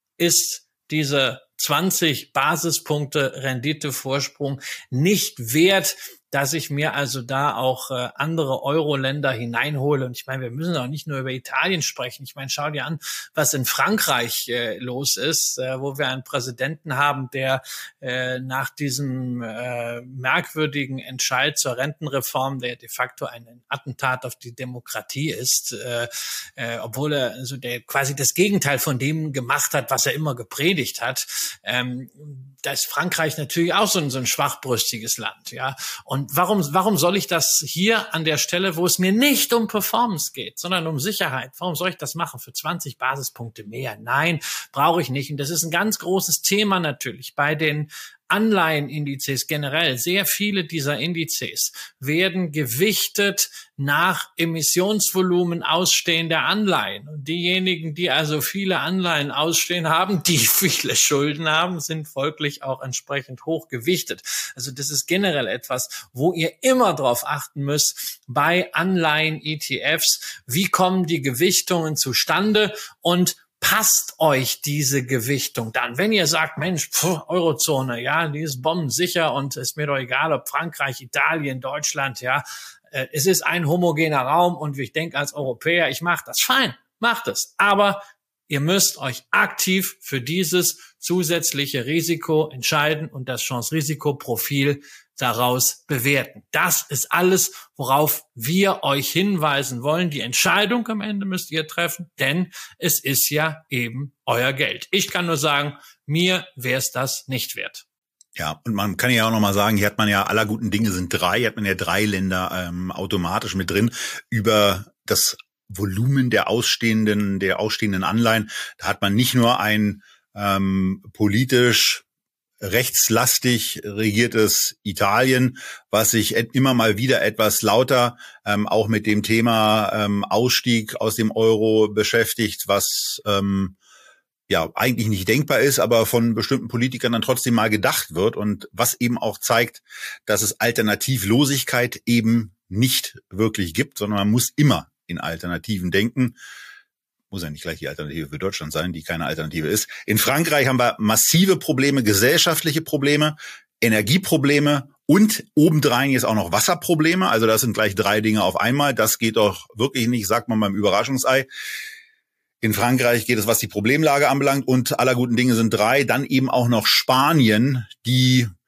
ist diese zwanzig Basispunkte Renditevorsprung nicht wert, dass ich mir also da auch äh, andere Euro-Länder hineinhole. Und ich meine, wir müssen auch nicht nur über Italien sprechen. Ich meine, schau dir an, was in Frankreich äh, los ist, äh, wo wir einen Präsidenten haben, der äh, nach diesem äh, merkwürdigen Entscheid zur Rentenreform, der de facto ein Attentat auf die Demokratie ist, äh, äh, obwohl er also der quasi das Gegenteil von dem gemacht hat, was er immer gepredigt hat. Ähm, da ist Frankreich natürlich auch so ein, so ein schwachbrüstiges Land, ja. Und warum, warum soll ich das hier an der Stelle, wo es mir nicht um Performance geht, sondern um Sicherheit, warum soll ich das machen für zwanzig Basispunkte mehr? Nein, brauche ich nicht. Und das ist ein ganz großes Thema natürlich bei den Anleihenindizes generell. Sehr viele dieser Indizes werden gewichtet nach Emissionsvolumen ausstehender Anleihen. Und diejenigen, die also viele Anleihen ausstehen haben, die viele Schulden haben, sind folglich auch entsprechend hoch gewichtet. Also das ist generell etwas, wo ihr immer drauf achten müsst bei Anleihen-E T Fs. Wie kommen die Gewichtungen zustande und passt euch diese Gewichtung dann? Wenn ihr sagt, Mensch, pf, Eurozone, ja, die ist bombensicher und ist mir doch egal, ob Frankreich, Italien, Deutschland, ja, äh, es ist ein homogener Raum und ich denke als Europäer, ich mache das, fein, macht es. Aber ihr müsst euch aktiv für dieses zusätzliche Risiko entscheiden und das Chance-Risiko-Profil daraus bewerten. Das ist alles, worauf wir euch hinweisen wollen. Die Entscheidung am Ende müsst ihr treffen, denn es ist ja eben euer Geld. Ich kann nur sagen, mir wäre es das nicht wert. Ja, und man kann ja auch nochmal sagen, hier hat man ja aller guten Dinge sind drei, hier hat man ja drei Länder ähm, automatisch mit drin über das Volumen der ausstehenden, der ausstehenden Anleihen. Da hat man nicht nur ein ähm, politisch rechtslastig regiertes Italien, was sich immer mal wieder etwas lauter ähm, auch mit dem Thema ähm, Ausstieg aus dem Euro beschäftigt, was ähm, ja eigentlich nicht denkbar ist, aber von bestimmten Politikern dann trotzdem mal gedacht wird und was eben auch zeigt, dass es Alternativlosigkeit eben nicht wirklich gibt, sondern man muss immer in Alternativen denken. Muss ja nicht gleich die Alternative für Deutschland sein, die keine Alternative ist. In Frankreich haben wir massive Probleme, gesellschaftliche Probleme, Energieprobleme und obendrein jetzt auch noch Wasserprobleme. Also das sind gleich drei Dinge auf einmal. Das geht doch wirklich nicht, sagt man beim Überraschungsei. In Frankreich geht es, was die Problemlage anbelangt, und aller guten Dinge sind drei. Dann eben auch noch Spanien, die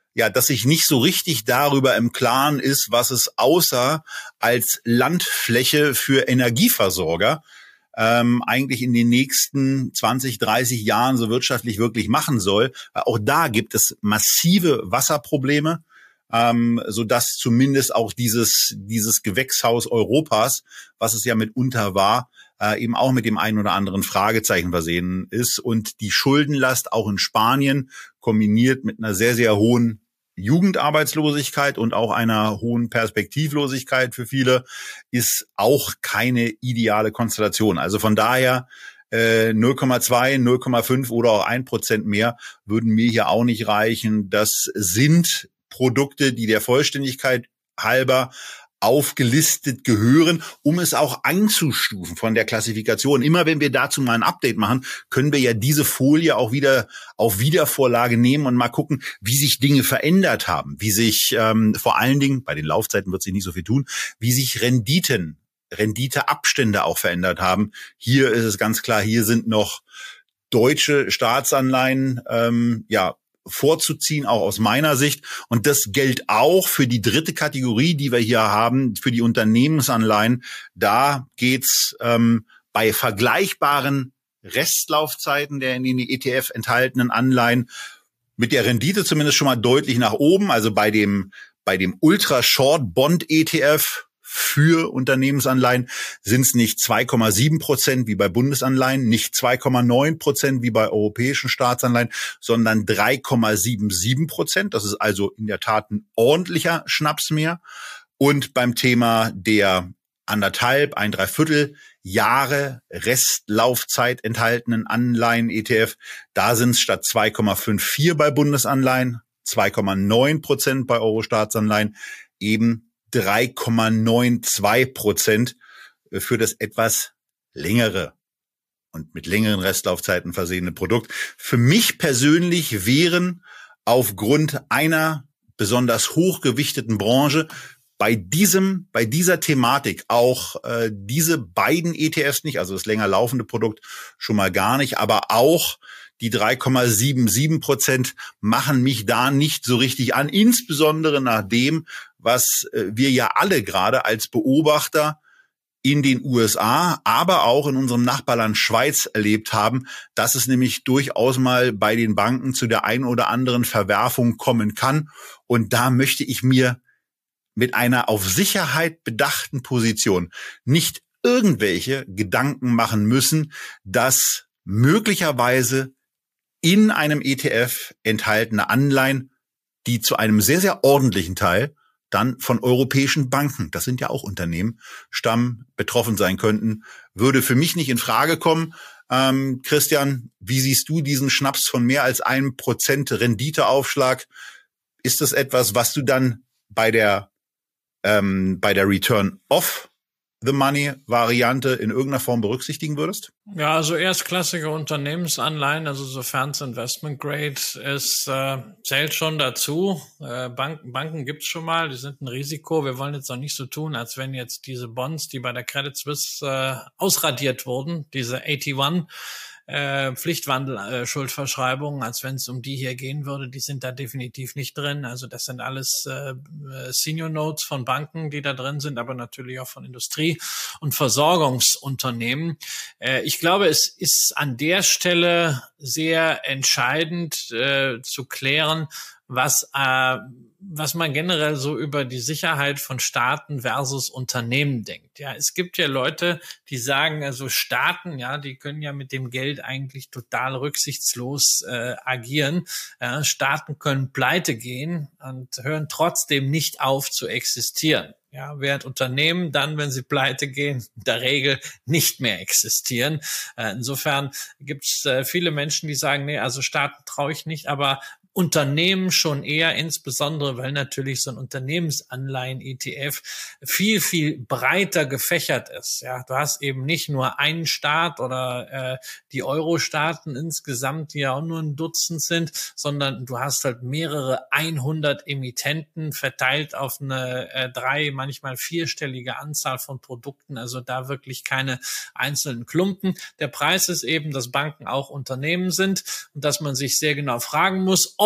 ja, dass sich nicht so richtig darüber im Klaren ist, was es außer als Landfläche für Energieversorger ähm, eigentlich in den nächsten zwanzig, dreißig Jahren so wirtschaftlich wirklich machen soll. Auch da gibt es massive Wasserprobleme, ähm, so dass zumindest auch dieses dieses Gewächshaus Europas, was es ja mitunter war, äh, eben auch mit dem einen oder anderen Fragezeichen versehen ist. Und die Schuldenlast auch in Spanien, kombiniert mit einer sehr, sehr hohen Jugendarbeitslosigkeit und auch einer hohen Perspektivlosigkeit für viele, ist auch keine ideale Konstellation. Also von daher äh, null Komma zwei, null Komma fünf oder auch ein Prozent mehr würden mir hier auch nicht reichen. Das sind Produkte, die der Vollständigkeit halber aufgelistet gehören, um es auch einzustufen von der Klassifikation. Immer wenn wir dazu mal ein Update machen, können wir ja diese Folie auch wieder auf Wiedervorlage nehmen und mal gucken, wie sich Dinge verändert haben, wie sich ähm, vor allen Dingen, bei den Laufzeiten wird sich nicht so viel tun, wie sich Renditen, Renditeabstände auch verändert haben. Hier ist es ganz klar, hier sind noch deutsche Staatsanleihen, ähm, ja, vorzuziehen, auch aus meiner Sicht. Und das gilt auch für die dritte Kategorie, die wir hier haben, für die Unternehmensanleihen. Da geht's ähm, bei vergleichbaren Restlaufzeiten der in den E T F enthaltenen Anleihen mit der Rendite zumindest schon mal deutlich nach oben. Also bei dem bei dem Ultra Short Bond E T F für Unternehmensanleihen sind es nicht zwei Komma sieben Prozent wie bei Bundesanleihen, nicht zwei Komma neun Prozent wie bei europäischen Staatsanleihen, sondern drei Komma siebenundsiebzig Prozent. Das ist also in der Tat ein ordentlicher Schnaps mehr. Und beim Thema der anderthalb, ein Dreiviertel Jahre Restlaufzeit enthaltenen Anleihen-E T F, da sind es statt zwei Komma vierundfünfzig bei Bundesanleihen, zwei Komma neun Prozent bei Euro-Staatsanleihen, eben drei Komma zweiundneunzig Prozent für das etwas längere und mit längeren Restlaufzeiten versehene Produkt. Für mich persönlich wären aufgrund einer besonders hochgewichteten Branche bei diesem, bei dieser Thematik auch äh, diese beiden E T Fs nicht, also das länger laufende Produkt schon mal gar nicht, aber auch die drei Komma siebenundsiebzig Prozent machen mich da nicht so richtig an, insbesondere nach dem, was wir ja alle gerade als Beobachter in den U S A, aber auch in unserem Nachbarland Schweiz erlebt haben, dass es nämlich durchaus mal bei den Banken zu der einen oder anderen Verwerfung kommen kann. Und da möchte ich mir mit einer auf Sicherheit bedachten Position nicht irgendwelche Gedanken machen müssen, dass möglicherweise in einem E T F enthaltene Anleihen, die zu einem sehr, sehr ordentlichen Teil dann von europäischen Banken, das sind ja auch Unternehmen, stammen, betroffen sein könnten, würde für mich nicht in Frage kommen. Ähm, Christian, wie siehst du diesen Schnaps von mehr als einem Prozent Renditeaufschlag? Ist das etwas, was du dann bei der ähm, bei der Return of the Money Variante in irgendeiner Form berücksichtigen würdest? Ja, also erstklassige Unternehmensanleihen, also sofern es Investment Grade ist, äh, zählt schon dazu. Äh, Banken, Banken gibt's schon mal, die sind ein Risiko. Wir wollen jetzt noch nicht so tun, als wenn jetzt diese Bonds, die bei der Credit Suisse äh, ausradiert wurden, diese eighty-one Äh, Pflichtwandel-Schuldverschreibungen, äh, als wenn es um die hier gehen würde, die sind da definitiv nicht drin. Also das sind alles äh, Senior Notes von Banken, die da drin sind, aber natürlich auch von Industrie- und Versorgungsunternehmen. Äh, ich glaube, es ist an der Stelle sehr entscheidend äh, zu klären, was äh, was man generell so über die Sicherheit von Staaten versus Unternehmen denkt. Ja, es gibt ja Leute, die sagen, also Staaten, ja, die können ja mit dem Geld eigentlich total rücksichtslos äh, agieren. Ja, Staaten können pleite gehen und hören trotzdem nicht auf zu existieren. Ja, während Unternehmen dann, wenn sie pleite gehen, in der Regel nicht mehr existieren. Äh, insofern gibt es äh, viele Menschen, die sagen, nee, also Staaten traue ich nicht, aber Unternehmen schon eher, insbesondere weil natürlich so ein Unternehmensanleihen-E T F viel, viel breiter gefächert ist. Ja, du hast eben nicht nur einen Staat oder äh, die Euro-Staaten insgesamt, die ja auch nur ein Dutzend sind, sondern du hast halt mehrere hundert Emittenten verteilt auf eine äh, drei, manchmal vierstellige Anzahl von Produkten. Also da wirklich keine einzelnen Klumpen. Der Preis ist eben, dass Banken auch Unternehmen sind und dass man sich sehr genau fragen muss, ob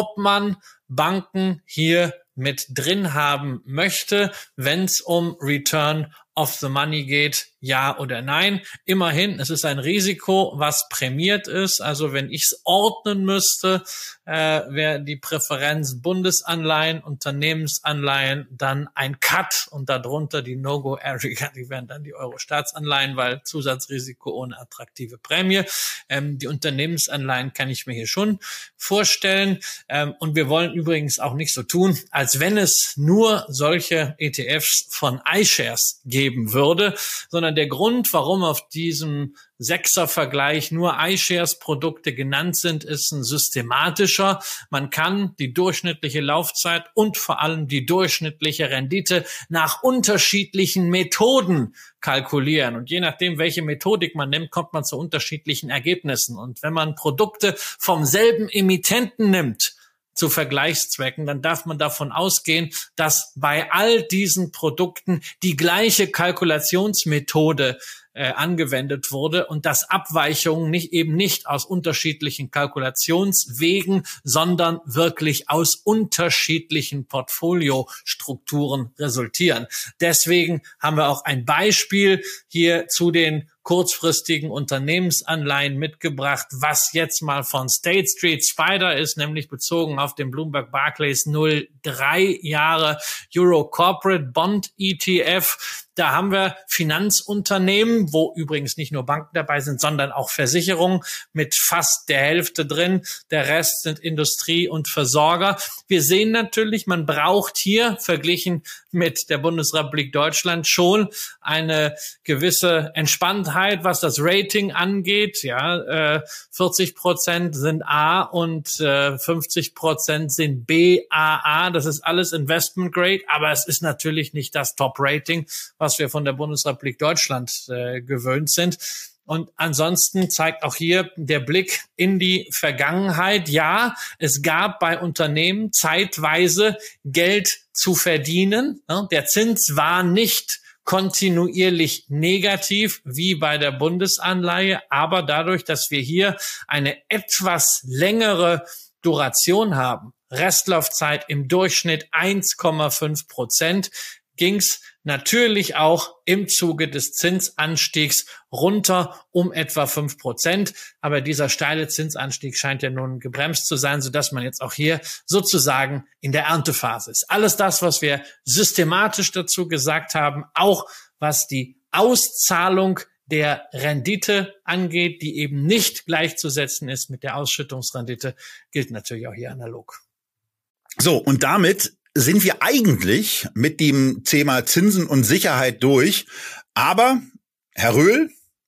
ob man Banken hier mit drin haben möchte, wenn es um Return of the Money geht, ja oder nein. Immerhin, es ist ein Risiko, was prämiert ist. Also wenn ich es ordnen müsste, äh, wäre die Präferenz Bundesanleihen, Unternehmensanleihen, dann ein Cut und darunter die No-Go-Area, die wären dann die Euro-Staatsanleihen, weil Zusatzrisiko ohne attraktive Prämie. Ähm, die Unternehmensanleihen kann ich mir hier schon vorstellen. Ähm, und wir wollen übrigens auch nicht so tun, als wenn es nur solche E T Fs von iShares geben würde, sondern der Grund, warum auf diesem Sechser-Vergleich nur iShares-Produkte genannt sind, ist ein systematischer. Man kann die durchschnittliche Laufzeit und vor allem die durchschnittliche Rendite nach unterschiedlichen Methoden kalkulieren. Und je nachdem, welche Methodik man nimmt, kommt man zu unterschiedlichen Ergebnissen. Und wenn man Produkte vom selben Emittenten nimmt, zu Vergleichszwecken, dann darf man davon ausgehen, dass bei all diesen Produkten die gleiche Kalkulationsmethode äh, angewendet wurde und dass Abweichungen nicht eben nicht aus unterschiedlichen Kalkulationswegen, sondern wirklich aus unterschiedlichen Portfoliostrukturen resultieren. Deswegen haben wir auch ein Beispiel hier zu den kurzfristigen Unternehmensanleihen mitgebracht, was jetzt mal von State Street Spider ist, nämlich bezogen auf den Bloomberg Barclays null Komma drei Jahre Euro Corporate Bond E T F. Da haben wir Finanzunternehmen, wo übrigens nicht nur Banken dabei sind, sondern auch Versicherungen mit fast der Hälfte drin. Der Rest sind Industrie und Versorger. Wir sehen natürlich, man braucht hier verglichen mit der Bundesrepublik Deutschland schon eine gewisse Entspanntheit, was das Rating angeht. Ja, äh, vierzig Prozent sind A und äh, fünfzig Prozent sind B A A. Das ist alles Investment Grade, aber es ist natürlich nicht das Top-Rating, was wir von der Bundesrepublik Deutschland äh, gewöhnt sind. Und ansonsten zeigt auch hier der Blick in die Vergangenheit. Ja, es gab bei Unternehmen zeitweise Geld zu verdienen. Der Zins war nicht kontinuierlich negativ wie bei der Bundesanleihe, aber dadurch, dass wir hier eine etwas längere Duration haben, Restlaufzeit im Durchschnitt eins Komma fünf Prozent, ging's natürlich auch im Zuge des Zinsanstiegs runter um etwa fünf Prozent. Aber dieser steile Zinsanstieg scheint ja nun gebremst zu sein, sodass man jetzt auch hier sozusagen in der Erntephase ist. Alles das, was wir systematisch dazu gesagt haben, auch was die Auszahlung der Rendite angeht, die eben nicht gleichzusetzen ist mit der Ausschüttungsrendite, gilt natürlich auch hier analog. So, und damit sind wir eigentlich mit dem Thema Zinsen und Sicherheit durch. Aber, Herr Röhl,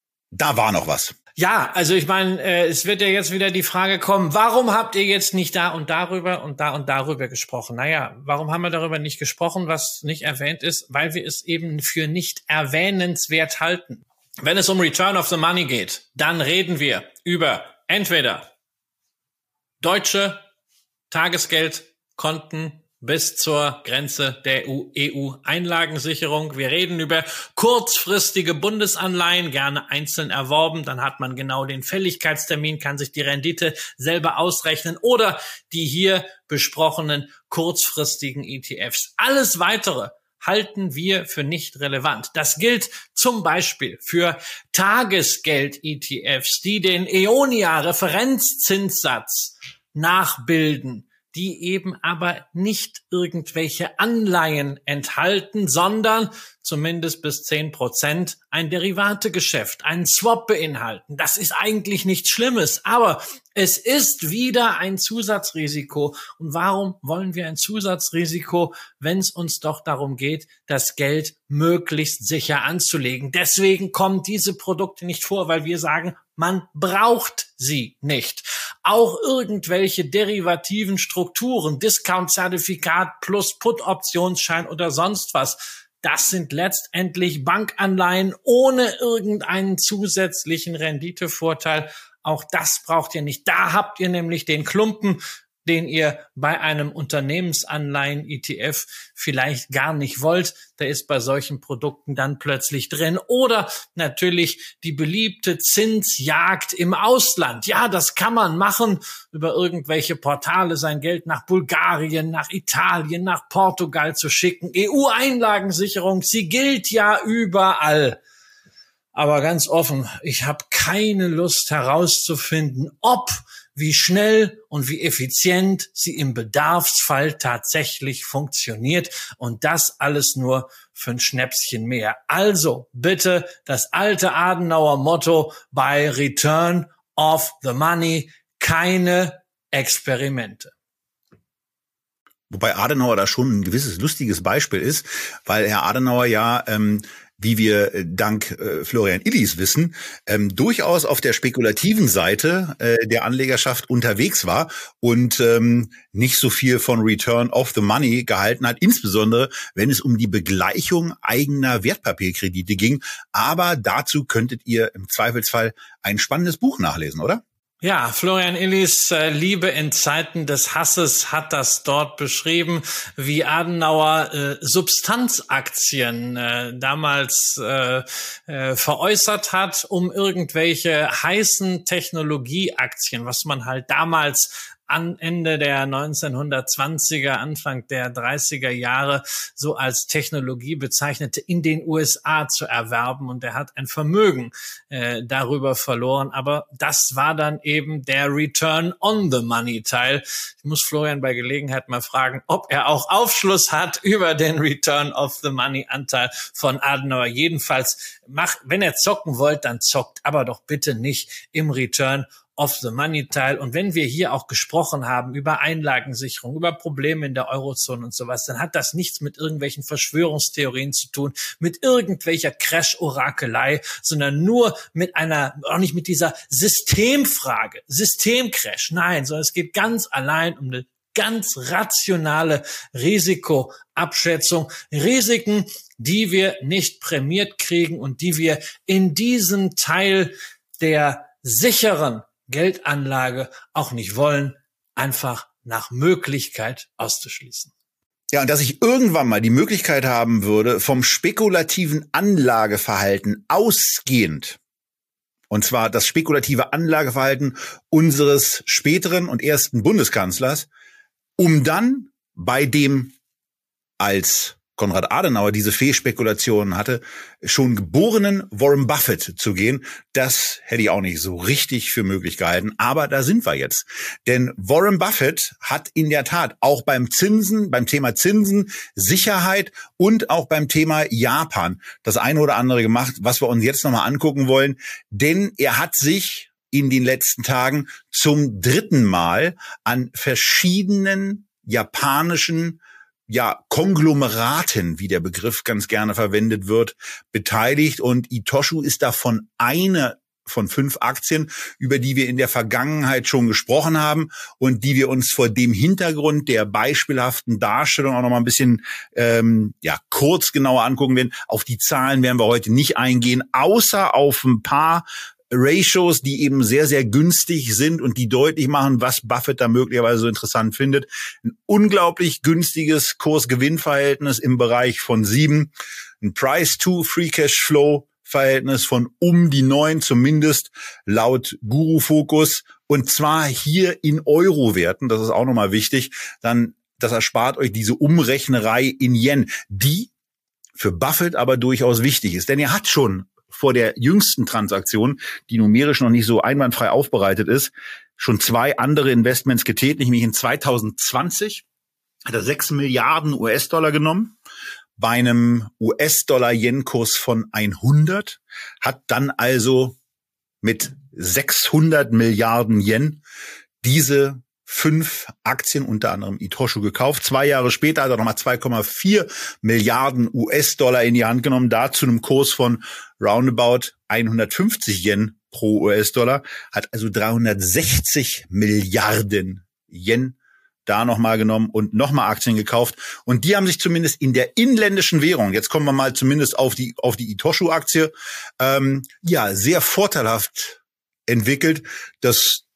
da war noch was. Ja, also ich meine, äh, es wird ja jetzt wieder die Frage kommen, warum habt ihr jetzt nicht da und darüber und da und darüber gesprochen? Naja, warum haben wir darüber nicht gesprochen, was nicht erwähnt ist? Weil wir es eben für nicht erwähnenswert halten. Wenn es um Return of the Money geht, dann reden wir über entweder deutsche Tagesgeldkonten bis zur Grenze der E U-Einlagensicherung. Wir reden über kurzfristige Bundesanleihen, gerne einzeln erworben. Dann hat man genau den Fälligkeitstermin, kann sich die Rendite selber ausrechnen oder die hier besprochenen kurzfristigen E T Fs. Alles Weitere halten wir für nicht relevant. Das gilt zum Beispiel für Tagesgeld-E T Fs, die den Eonia-Referenzzinssatz nachbilden, die eben aber nicht irgendwelche Anleihen enthalten, sondern zumindest bis zehn Prozent ein Derivategeschäft, einen Swap beinhalten. Das ist eigentlich nichts Schlimmes, aber es ist wieder ein Zusatzrisiko. Und warum wollen wir ein Zusatzrisiko, wenn es uns doch darum geht, das Geld möglichst sicher anzulegen? Deswegen kommen diese Produkte nicht vor, weil wir sagen, man braucht sie nicht. Auch irgendwelche derivativen Strukturen, Discount-Zertifikat plus Put-Optionsschein oder sonst was, das sind letztendlich Bankanleihen ohne irgendeinen zusätzlichen Renditevorteil. Auch das braucht ihr nicht. Da habt ihr nämlich den Klumpen den ihr bei einem Unternehmensanleihen-E T F vielleicht gar nicht wollt. Der ist bei solchen Produkten dann plötzlich drin. Oder natürlich die beliebte Zinsjagd im Ausland. Ja, das kann man machen, über irgendwelche Portale sein Geld nach Bulgarien, nach Italien, nach Portugal zu schicken. E U-Einlagensicherung, sie gilt ja überall. Aber ganz offen, ich habe keine Lust herauszufinden, ob, wie schnell und wie effizient sie im Bedarfsfall tatsächlich funktioniert. Und das alles nur für ein Schnäpschen mehr. Also bitte das alte Adenauer Motto bei Return of the Money, keine Experimente. Wobei Adenauer da schon ein gewisses lustiges Beispiel ist, weil Herr Adenauer ja, ähm, wie wir dank äh, Florian Illies wissen, ähm, durchaus auf der spekulativen Seite äh, der Anlegerschaft unterwegs war und ähm, nicht so viel von Return of the Money gehalten hat, insbesondere wenn es um die Begleichung eigener Wertpapierkredite ging. Aber dazu könntet ihr im Zweifelsfall ein spannendes Buch nachlesen, oder? Ja, Florian Illies äh, Liebe in Zeiten des Hasses hat das dort beschrieben, wie Adenauer äh, Substanzaktien äh, damals äh, äh, veräußert hat, um irgendwelche heißen Technologieaktien, was man halt damals an Ende der neunzehnhundertzwanziger, Anfang der dreißiger Jahre so als Technologie bezeichnete, in den U S A zu erwerben. Und er hat ein Vermögen äh, darüber verloren. Aber das war dann eben der Return on the Money Teil. Ich muss Florian bei Gelegenheit mal fragen, ob er auch Aufschluss hat über den Return of the Money Anteil von Adenauer. Jedenfalls, macht, wenn ihr zocken wollt, dann zockt, aber doch bitte nicht im Return of the Money Teil. Und wenn wir hier auch gesprochen haben über Einlagensicherung, über Probleme in der Eurozone und sowas, dann hat das nichts mit irgendwelchen Verschwörungstheorien zu tun, mit irgendwelcher Crash-Orakelei, sondern nur mit einer, auch nicht mit dieser Systemfrage, Systemcrash. Nein, sondern es geht ganz allein um eine ganz rationale Risikoabschätzung. Risiken, die wir nicht prämiert kriegen und die wir in diesem Teil der sicheren Geldanlage auch nicht wollen, einfach nach Möglichkeit auszuschließen. Ja, und dass ich irgendwann mal die Möglichkeit haben würde, vom spekulativen Anlageverhalten ausgehend, und zwar das spekulative Anlageverhalten unseres späteren und ersten Bundeskanzlers, um dann bei dem als Konrad Adenauer diese Fehlspekulationen hatte, schon geborenen Warren Buffett zu gehen, das hätte ich auch nicht so richtig für möglich gehalten. Aber da sind wir jetzt. Denn Warren Buffett hat in der Tat auch beim Zinsen, beim Thema Zinsen, Sicherheit und auch beim Thema Japan das eine oder andere gemacht, was wir uns jetzt nochmal angucken wollen. Denn er hat sich in den letzten Tagen zum dritten Mal an verschiedenen japanischen ja, Konglomeraten, wie der Begriff ganz gerne verwendet wird, beteiligt. Und Itoshu ist davon eine von fünf Aktien, über die wir in der Vergangenheit schon gesprochen haben und die wir uns vor dem Hintergrund der beispielhaften Darstellung auch noch mal ein bisschen ähm, ja kurz genauer angucken werden. Auf die Zahlen werden wir heute nicht eingehen, außer auf ein paar Ratios, die eben sehr, sehr günstig sind und die deutlich machen, was Buffett da möglicherweise so interessant findet. Ein unglaublich günstiges Kurs-Gewinn-Verhältnis im Bereich von sieben, ein Price-to-Free-Cash-Flow-Verhältnis von um die neun, zumindest laut Guru Focus, und zwar hier in Euro-Werten, das ist auch nochmal wichtig, dann, das erspart euch diese Umrechnerei in Yen, die für Buffett aber durchaus wichtig ist, denn er hat schon vor der jüngsten Transaktion, die numerisch noch nicht so einwandfrei aufbereitet ist, schon zwei andere Investments getätigt, nämlich in zweitausendzwanzig hat er sechs Milliarden U S-Dollar genommen, bei einem U S-Dollar-Yen-Kurs von hundert, hat dann also mit sechshundert Milliarden Yen diese fünf Aktien, unter anderem Itoshu, gekauft. Zwei Jahre später hat er nochmal zwei Komma vier Milliarden U S-Dollar in die Hand genommen, da zu einem Kurs von roundabout hundertfünfzig Yen pro U S-Dollar, hat also dreihundertsechzig Milliarden Yen da nochmal genommen und nochmal Aktien gekauft. Und die haben sich zumindest in der inländischen Währung, jetzt kommen wir mal zumindest auf die auf die Itoshu-Aktie, ähm, ja, sehr vorteilhaft entwickelt. Das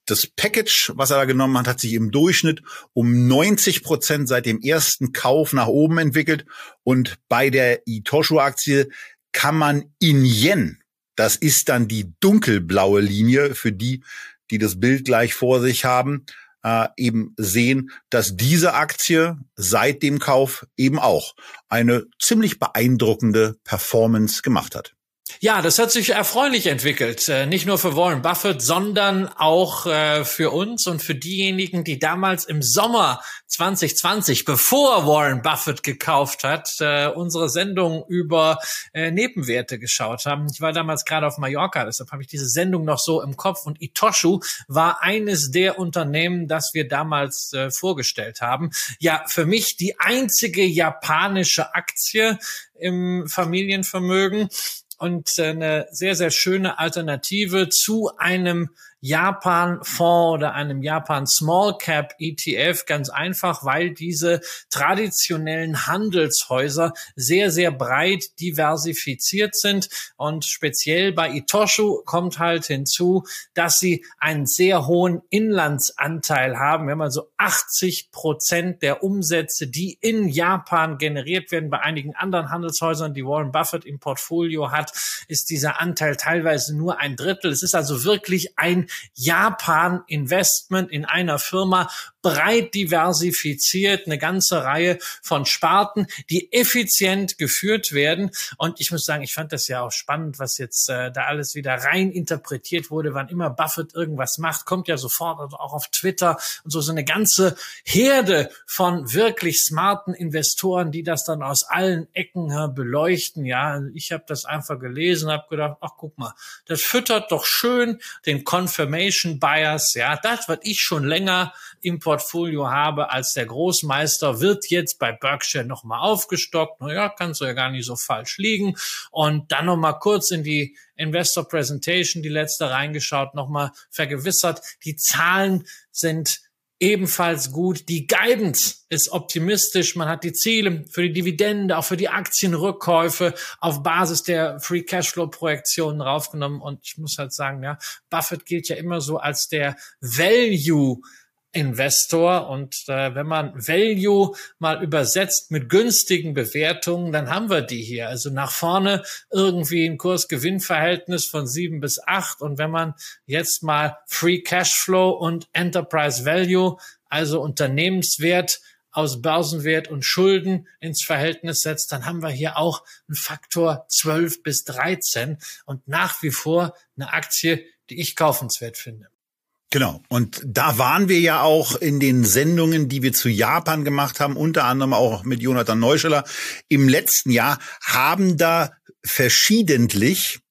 das Package, was er da genommen hat, hat sich im Durchschnitt um neunzig Prozent seit dem ersten Kauf nach oben entwickelt. Und bei der Itoshu-Aktie kann man in Yen, das ist dann die dunkelblaue Linie für die, die das Bild gleich vor sich haben, äh, eben sehen, dass diese Aktie seit dem Kauf eben auch eine ziemlich beeindruckende Performance gemacht hat. Ja, das hat sich erfreulich entwickelt. Äh, nicht nur für Warren Buffett, sondern auch äh, für uns und für diejenigen, die damals im Sommer zwanzig zwanzig, bevor Warren Buffett gekauft hat, äh, unsere Sendung über äh, Nebenwerte geschaut haben. Ich war damals gerade auf Mallorca, deshalb habe ich diese Sendung noch so im Kopf. Und Itoshu war eines der Unternehmen, das wir damals äh, vorgestellt haben. Ja, für mich die einzige japanische Aktie im Familienvermögen. Und eine sehr, sehr schöne Alternative zu einem Japan-Fonds oder einem Japan-Small-Cap-E T F, ganz einfach, weil diese traditionellen Handelshäuser sehr, sehr breit diversifiziert sind. Und speziell bei Itoshu kommt halt hinzu, dass sie einen sehr hohen Inlandsanteil haben. Wir haben also achtzig Prozent der Umsätze, die in Japan generiert werden. Bei einigen anderen Handelshäusern, die Warren Buffett im Portfolio hat, ist dieser Anteil teilweise nur ein Drittel. Es ist also wirklich ein Japan-Investment in einer Firma, breit diversifiziert, eine ganze Reihe von Sparten, die effizient geführt werden. Und ich muss sagen, ich fand das ja auch spannend, was jetzt äh, da alles wieder rein interpretiert wurde. Wann immer Buffett irgendwas macht, kommt ja sofort also auch auf Twitter und so so eine ganze Herde von wirklich smarten Investoren, die das dann aus allen Ecken äh, beleuchten. Ja, ich habe das einfach gelesen, habe gedacht, ach guck mal, das füttert doch schön den Confirmation Bias. Ja, das, was ich schon länger im Portfolio habe als der Großmeister, wird jetzt bei Berkshire nochmal aufgestockt. Naja, kannst du ja gar nicht so falsch liegen. Und dann nochmal kurz in die Investor Presentation, die letzte reingeschaut, nochmal vergewissert. Die Zahlen sind ebenfalls gut. Die Guidance ist optimistisch. Man hat die Ziele für die Dividende, auch für die Aktienrückkäufe auf Basis der Free Cashflow Projektionen raufgenommen. Und ich muss halt sagen, ja, Buffett gilt ja immer so als der Value Investor, und äh, wenn man Value mal übersetzt mit günstigen Bewertungen, dann haben wir die hier. Also nach vorne irgendwie ein Kurs-Gewinn-Verhältnis von sieben bis acht, und wenn man jetzt mal Free Cashflow und Enterprise Value, also Unternehmenswert aus Börsenwert und Schulden ins Verhältnis setzt, dann haben wir hier auch einen Faktor zwölf bis dreizehn und nach wie vor eine Aktie, die ich kaufenswert finde. Genau. Und da waren wir ja auch in den Sendungen, die wir zu Japan gemacht haben, unter anderem auch mit Jonathan Neuscheller im letzten Jahr, haben da verschiedentlich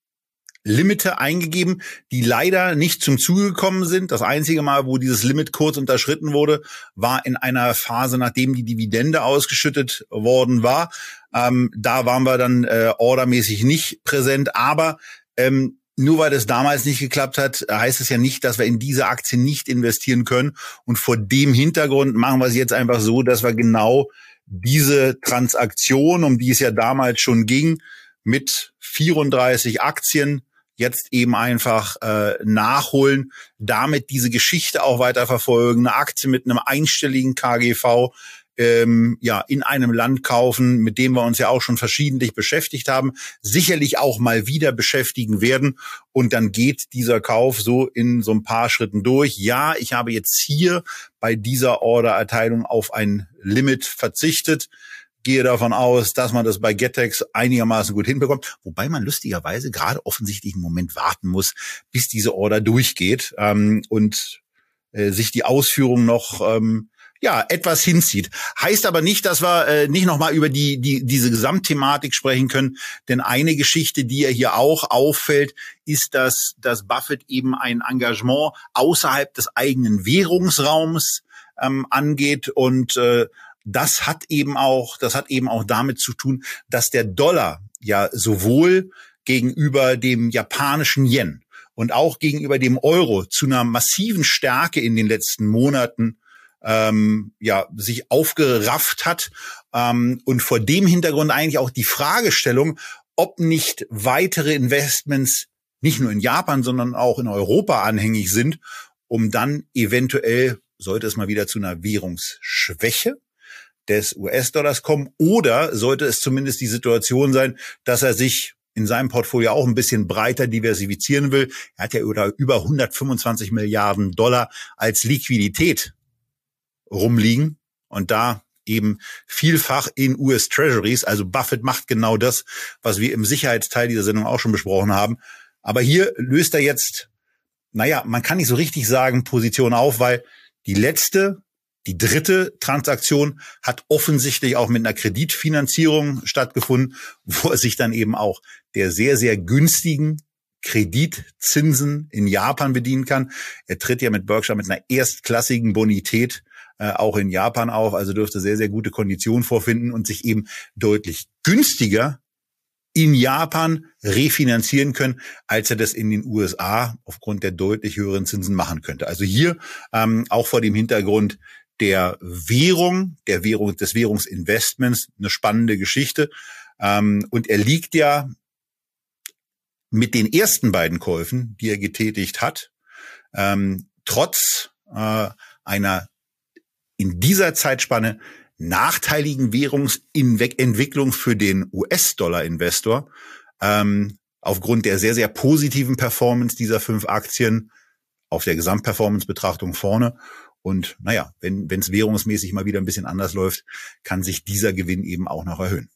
Limite eingegeben, die leider nicht zum Zuge gekommen sind. Das einzige Mal, wo dieses Limit kurz unterschritten wurde, war in einer Phase, nachdem die Dividende ausgeschüttet worden war. Ähm, da waren wir dann äh, ordermäßig nicht präsent, aber ähm, nur weil das damals nicht geklappt hat, heißt es ja nicht, dass wir in diese Aktie nicht investieren können. Und vor dem Hintergrund machen wir es jetzt einfach so, dass wir genau diese Transaktion, um die es ja damals schon ging, mit vierunddreißig Aktien jetzt eben einfach äh, nachholen, damit diese Geschichte auch weiter verfolgen, eine Aktie mit einem einstelligen K G V ähm, ja in einem Land kaufen, mit dem wir uns ja auch schon verschiedentlich beschäftigt haben, sicherlich auch mal wieder beschäftigen werden, und dann geht dieser Kauf so in so ein paar Schritten durch. Ja, ich habe jetzt hier bei dieser Ordererteilung auf ein Limit verzichtet, gehe davon aus, dass man das bei Getex einigermaßen gut hinbekommt, wobei man lustigerweise gerade offensichtlich einen Moment warten muss, bis diese Order durchgeht ähm, und äh, sich die Ausführung noch ähm, ja etwas hinzieht. Heißt aber nicht, dass wir äh, nicht nochmal über die die diese Gesamtthematik sprechen können, denn eine Geschichte, die ja hier auch auffällt, ist, dass dass Buffett eben ein Engagement außerhalb des eigenen Währungsraums ähm, angeht, und äh, Das hat eben auch, das hat eben auch damit zu tun, dass der Dollar ja sowohl gegenüber dem japanischen Yen und auch gegenüber dem Euro zu einer massiven Stärke in den letzten Monaten ähm, ja sich aufgerafft hat, ähm, und vor dem Hintergrund eigentlich auch die Fragestellung, ob nicht weitere Investments nicht nur in Japan, sondern auch in Europa anhängig sind. um dann eventuell, sollte es mal wieder zu einer Währungsschwäche des U S-Dollars kommen, oder sollte es zumindest die Situation sein, dass er sich in seinem Portfolio auch ein bisschen breiter diversifizieren will. Er hat ja über hundertfünfundzwanzig Milliarden Dollar als Liquidität rumliegen und da eben vielfach in U S Treasuries. Also Buffett macht genau das, was wir im Sicherheitsteil dieser Sendung auch schon besprochen haben. Aber hier löst er jetzt, naja, man kann nicht so richtig sagen, Position auf, weil die letzte, die dritte Transaktion hat offensichtlich auch mit einer Kreditfinanzierung stattgefunden, wo er sich dann eben auch der sehr, sehr günstigen Kreditzinsen in Japan bedienen kann. Er tritt ja mit Berkshire mit einer erstklassigen Bonität äh, auch in Japan auf, also dürfte sehr, sehr gute Konditionen vorfinden und sich eben deutlich günstiger in Japan refinanzieren können, als er das in den U S A aufgrund der deutlich höheren Zinsen machen könnte. Also hier ähm, auch vor dem Hintergrund der Währung, der Währung, des Währungsinvestments eine spannende Geschichte. Ähm, und er liegt ja mit den ersten beiden Käufen, die er getätigt hat, ähm, trotz äh, einer in dieser Zeitspanne nachteiligen Währungsentwicklung für den U S-Dollar-Investor, ähm, aufgrund der sehr, sehr positiven Performance dieser fünf Aktien auf der Gesamtperformance-Betrachtung vorne. Und naja, wenn wenn es währungsmäßig mal wieder ein bisschen anders läuft, kann sich dieser Gewinn eben auch noch erhöhen.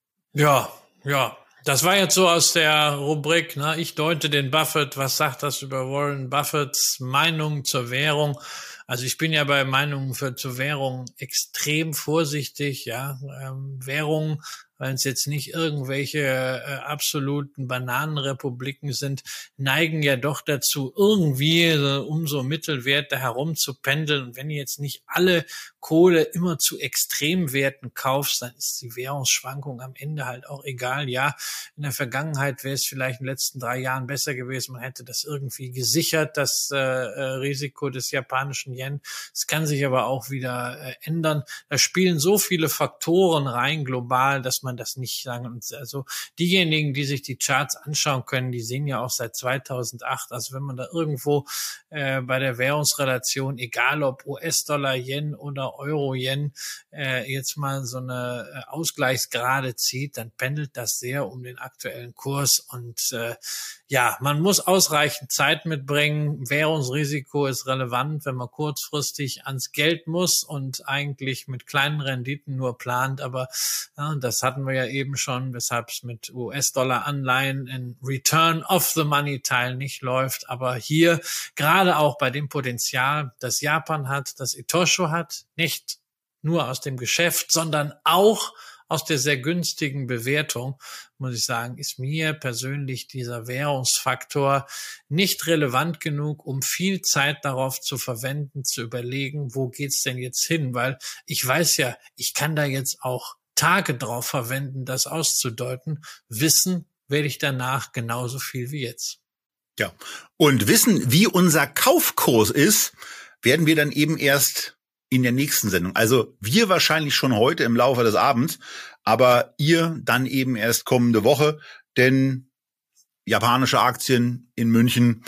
Ja, ja. Das war jetzt so aus der Rubrik, ne? Ich deute den Buffett. Was sagt das über Warren Buffetts Meinung zur Währung? Also ich bin ja bei Meinungen für zur Währung extrem vorsichtig, ja. Ähm, Währung, weil es jetzt nicht irgendwelche äh, absoluten Bananenrepubliken sind, neigen ja doch dazu, irgendwie äh, um so Mittelwerte herumzupendeln. Und wenn du jetzt nicht alle Kohle immer zu Extremwerten kaufst, dann ist die Währungsschwankung am Ende halt auch egal. Ja, in der Vergangenheit wäre es vielleicht in den letzten drei Jahren besser gewesen. Man hätte das irgendwie gesichert, das äh, Risiko des japanischen Yen. Es kann sich aber auch wieder äh, ändern. Da spielen so viele Faktoren rein global, dass man das nicht sagen. Also diejenigen, die sich die Charts anschauen können, die sehen ja auch seit zweitausendacht. Also wenn man da irgendwo äh, bei der Währungsrelation, egal ob U S-Dollar, Yen oder Euro-Yen, äh, jetzt mal so eine äh, Ausgleichsgrade zieht, dann pendelt das sehr um den aktuellen Kurs. Und äh, ja, man muss ausreichend Zeit mitbringen. Währungsrisiko ist relevant, wenn man kurzfristig ans Geld muss und eigentlich mit kleinen Renditen nur plant. Aber ja, das hatten wir ja eben schon, weshalb es mit U S-Dollar-Anleihen in Return of the Money Teil nicht läuft. Aber hier, gerade auch bei dem Potenzial, das Japan hat, das Itochu hat, nicht nur aus dem Geschäft, sondern auch aus der sehr günstigen Bewertung, muss ich sagen, ist mir persönlich dieser Währungsfaktor nicht relevant genug, um viel Zeit darauf zu verwenden, zu überlegen, wo geht's denn jetzt hin? Weil ich weiß ja, ich kann da jetzt auch Tage drauf verwenden, das auszudeuten. Wissen werde ich danach genauso viel wie jetzt. Ja, und wissen, wie unser Kaufkurs ist, werden wir dann eben erst in der nächsten Sendung. Also wir wahrscheinlich schon heute im Laufe des Abends, aber ihr dann eben erst kommende Woche, denn japanische Aktien in München,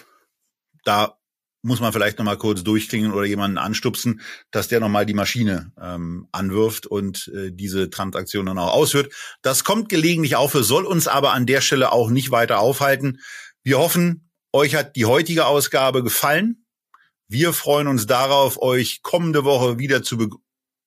da muss man vielleicht noch mal kurz durchklingen oder jemanden anstupsen, dass der noch mal die Maschine ähm, anwirft und äh, diese Transaktion dann auch ausführt. Das kommt gelegentlich auf, es soll uns aber an der Stelle auch nicht weiter aufhalten. Wir hoffen, euch hat die heutige Ausgabe gefallen. Wir freuen uns darauf, euch kommende Woche wieder zu, be-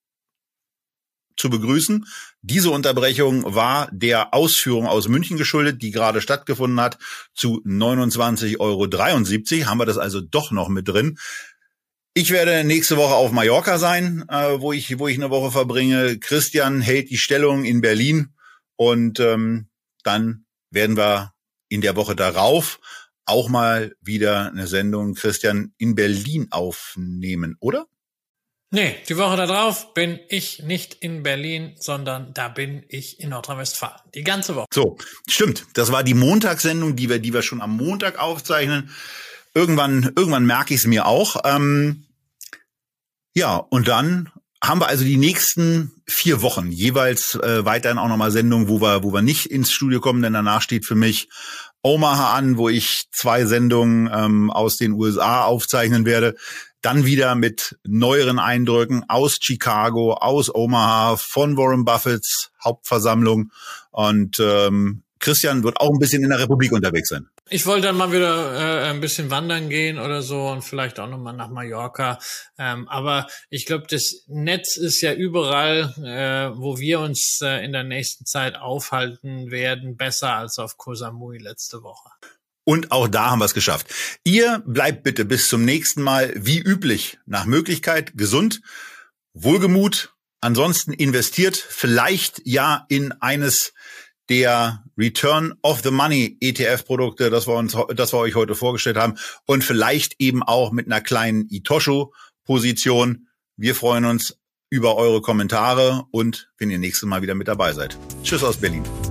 zu begrüßen. Diese Unterbrechung war der Ausführung aus München geschuldet, die gerade stattgefunden hat, zu neunundzwanzig Euro dreiundsiebzig. Haben wir das also doch noch mit drin. Ich werde nächste Woche auf Mallorca sein, äh, wo ich wo ich eine Woche verbringe. Christian hält die Stellung in Berlin und ähm, dann werden wir in der Woche darauf auch mal wieder eine Sendung, Christian, in Berlin aufnehmen, oder? Nee, die Woche darauf bin ich nicht in Berlin, sondern da bin ich in Nordrhein-Westfalen. Die ganze Woche. So, stimmt. Das war die Montagssendung, die wir, die wir schon am Montag aufzeichnen. Irgendwann, irgendwann merke ich es mir auch. Ähm, ja, und dann haben wir also die nächsten vier Wochen jeweils äh, weiterhin auch nochmal Sendungen, wo wir, wo wir nicht ins Studio kommen, denn danach steht für mich Omaha an, wo ich zwei Sendungen ähm, aus den U S A aufzeichnen werde. Dann wieder mit neueren Eindrücken aus Chicago, aus Omaha, von Warren Buffetts Hauptversammlung. Und ähm, Christian wird auch ein bisschen in der Republik unterwegs sein. Ich wollte dann mal wieder äh, ein bisschen wandern gehen oder so und vielleicht auch nochmal nach Mallorca. Ähm, aber ich glaube, das Netz ist ja überall, äh, wo wir uns äh, in der nächsten Zeit aufhalten werden, besser als auf Koh Samui letzte Woche. Und auch da haben wir es geschafft. Ihr bleibt bitte bis zum nächsten Mal wie üblich nach Möglichkeit gesund, wohlgemut. Ansonsten investiert vielleicht ja in eines der Return of the Money E T F-Produkte, das wir uns, das wir euch heute vorgestellt haben, und vielleicht eben auch mit einer kleinen Itosho-Position. Wir freuen uns über eure Kommentare und wenn ihr nächstes Mal wieder mit dabei seid. Tschüss aus Berlin.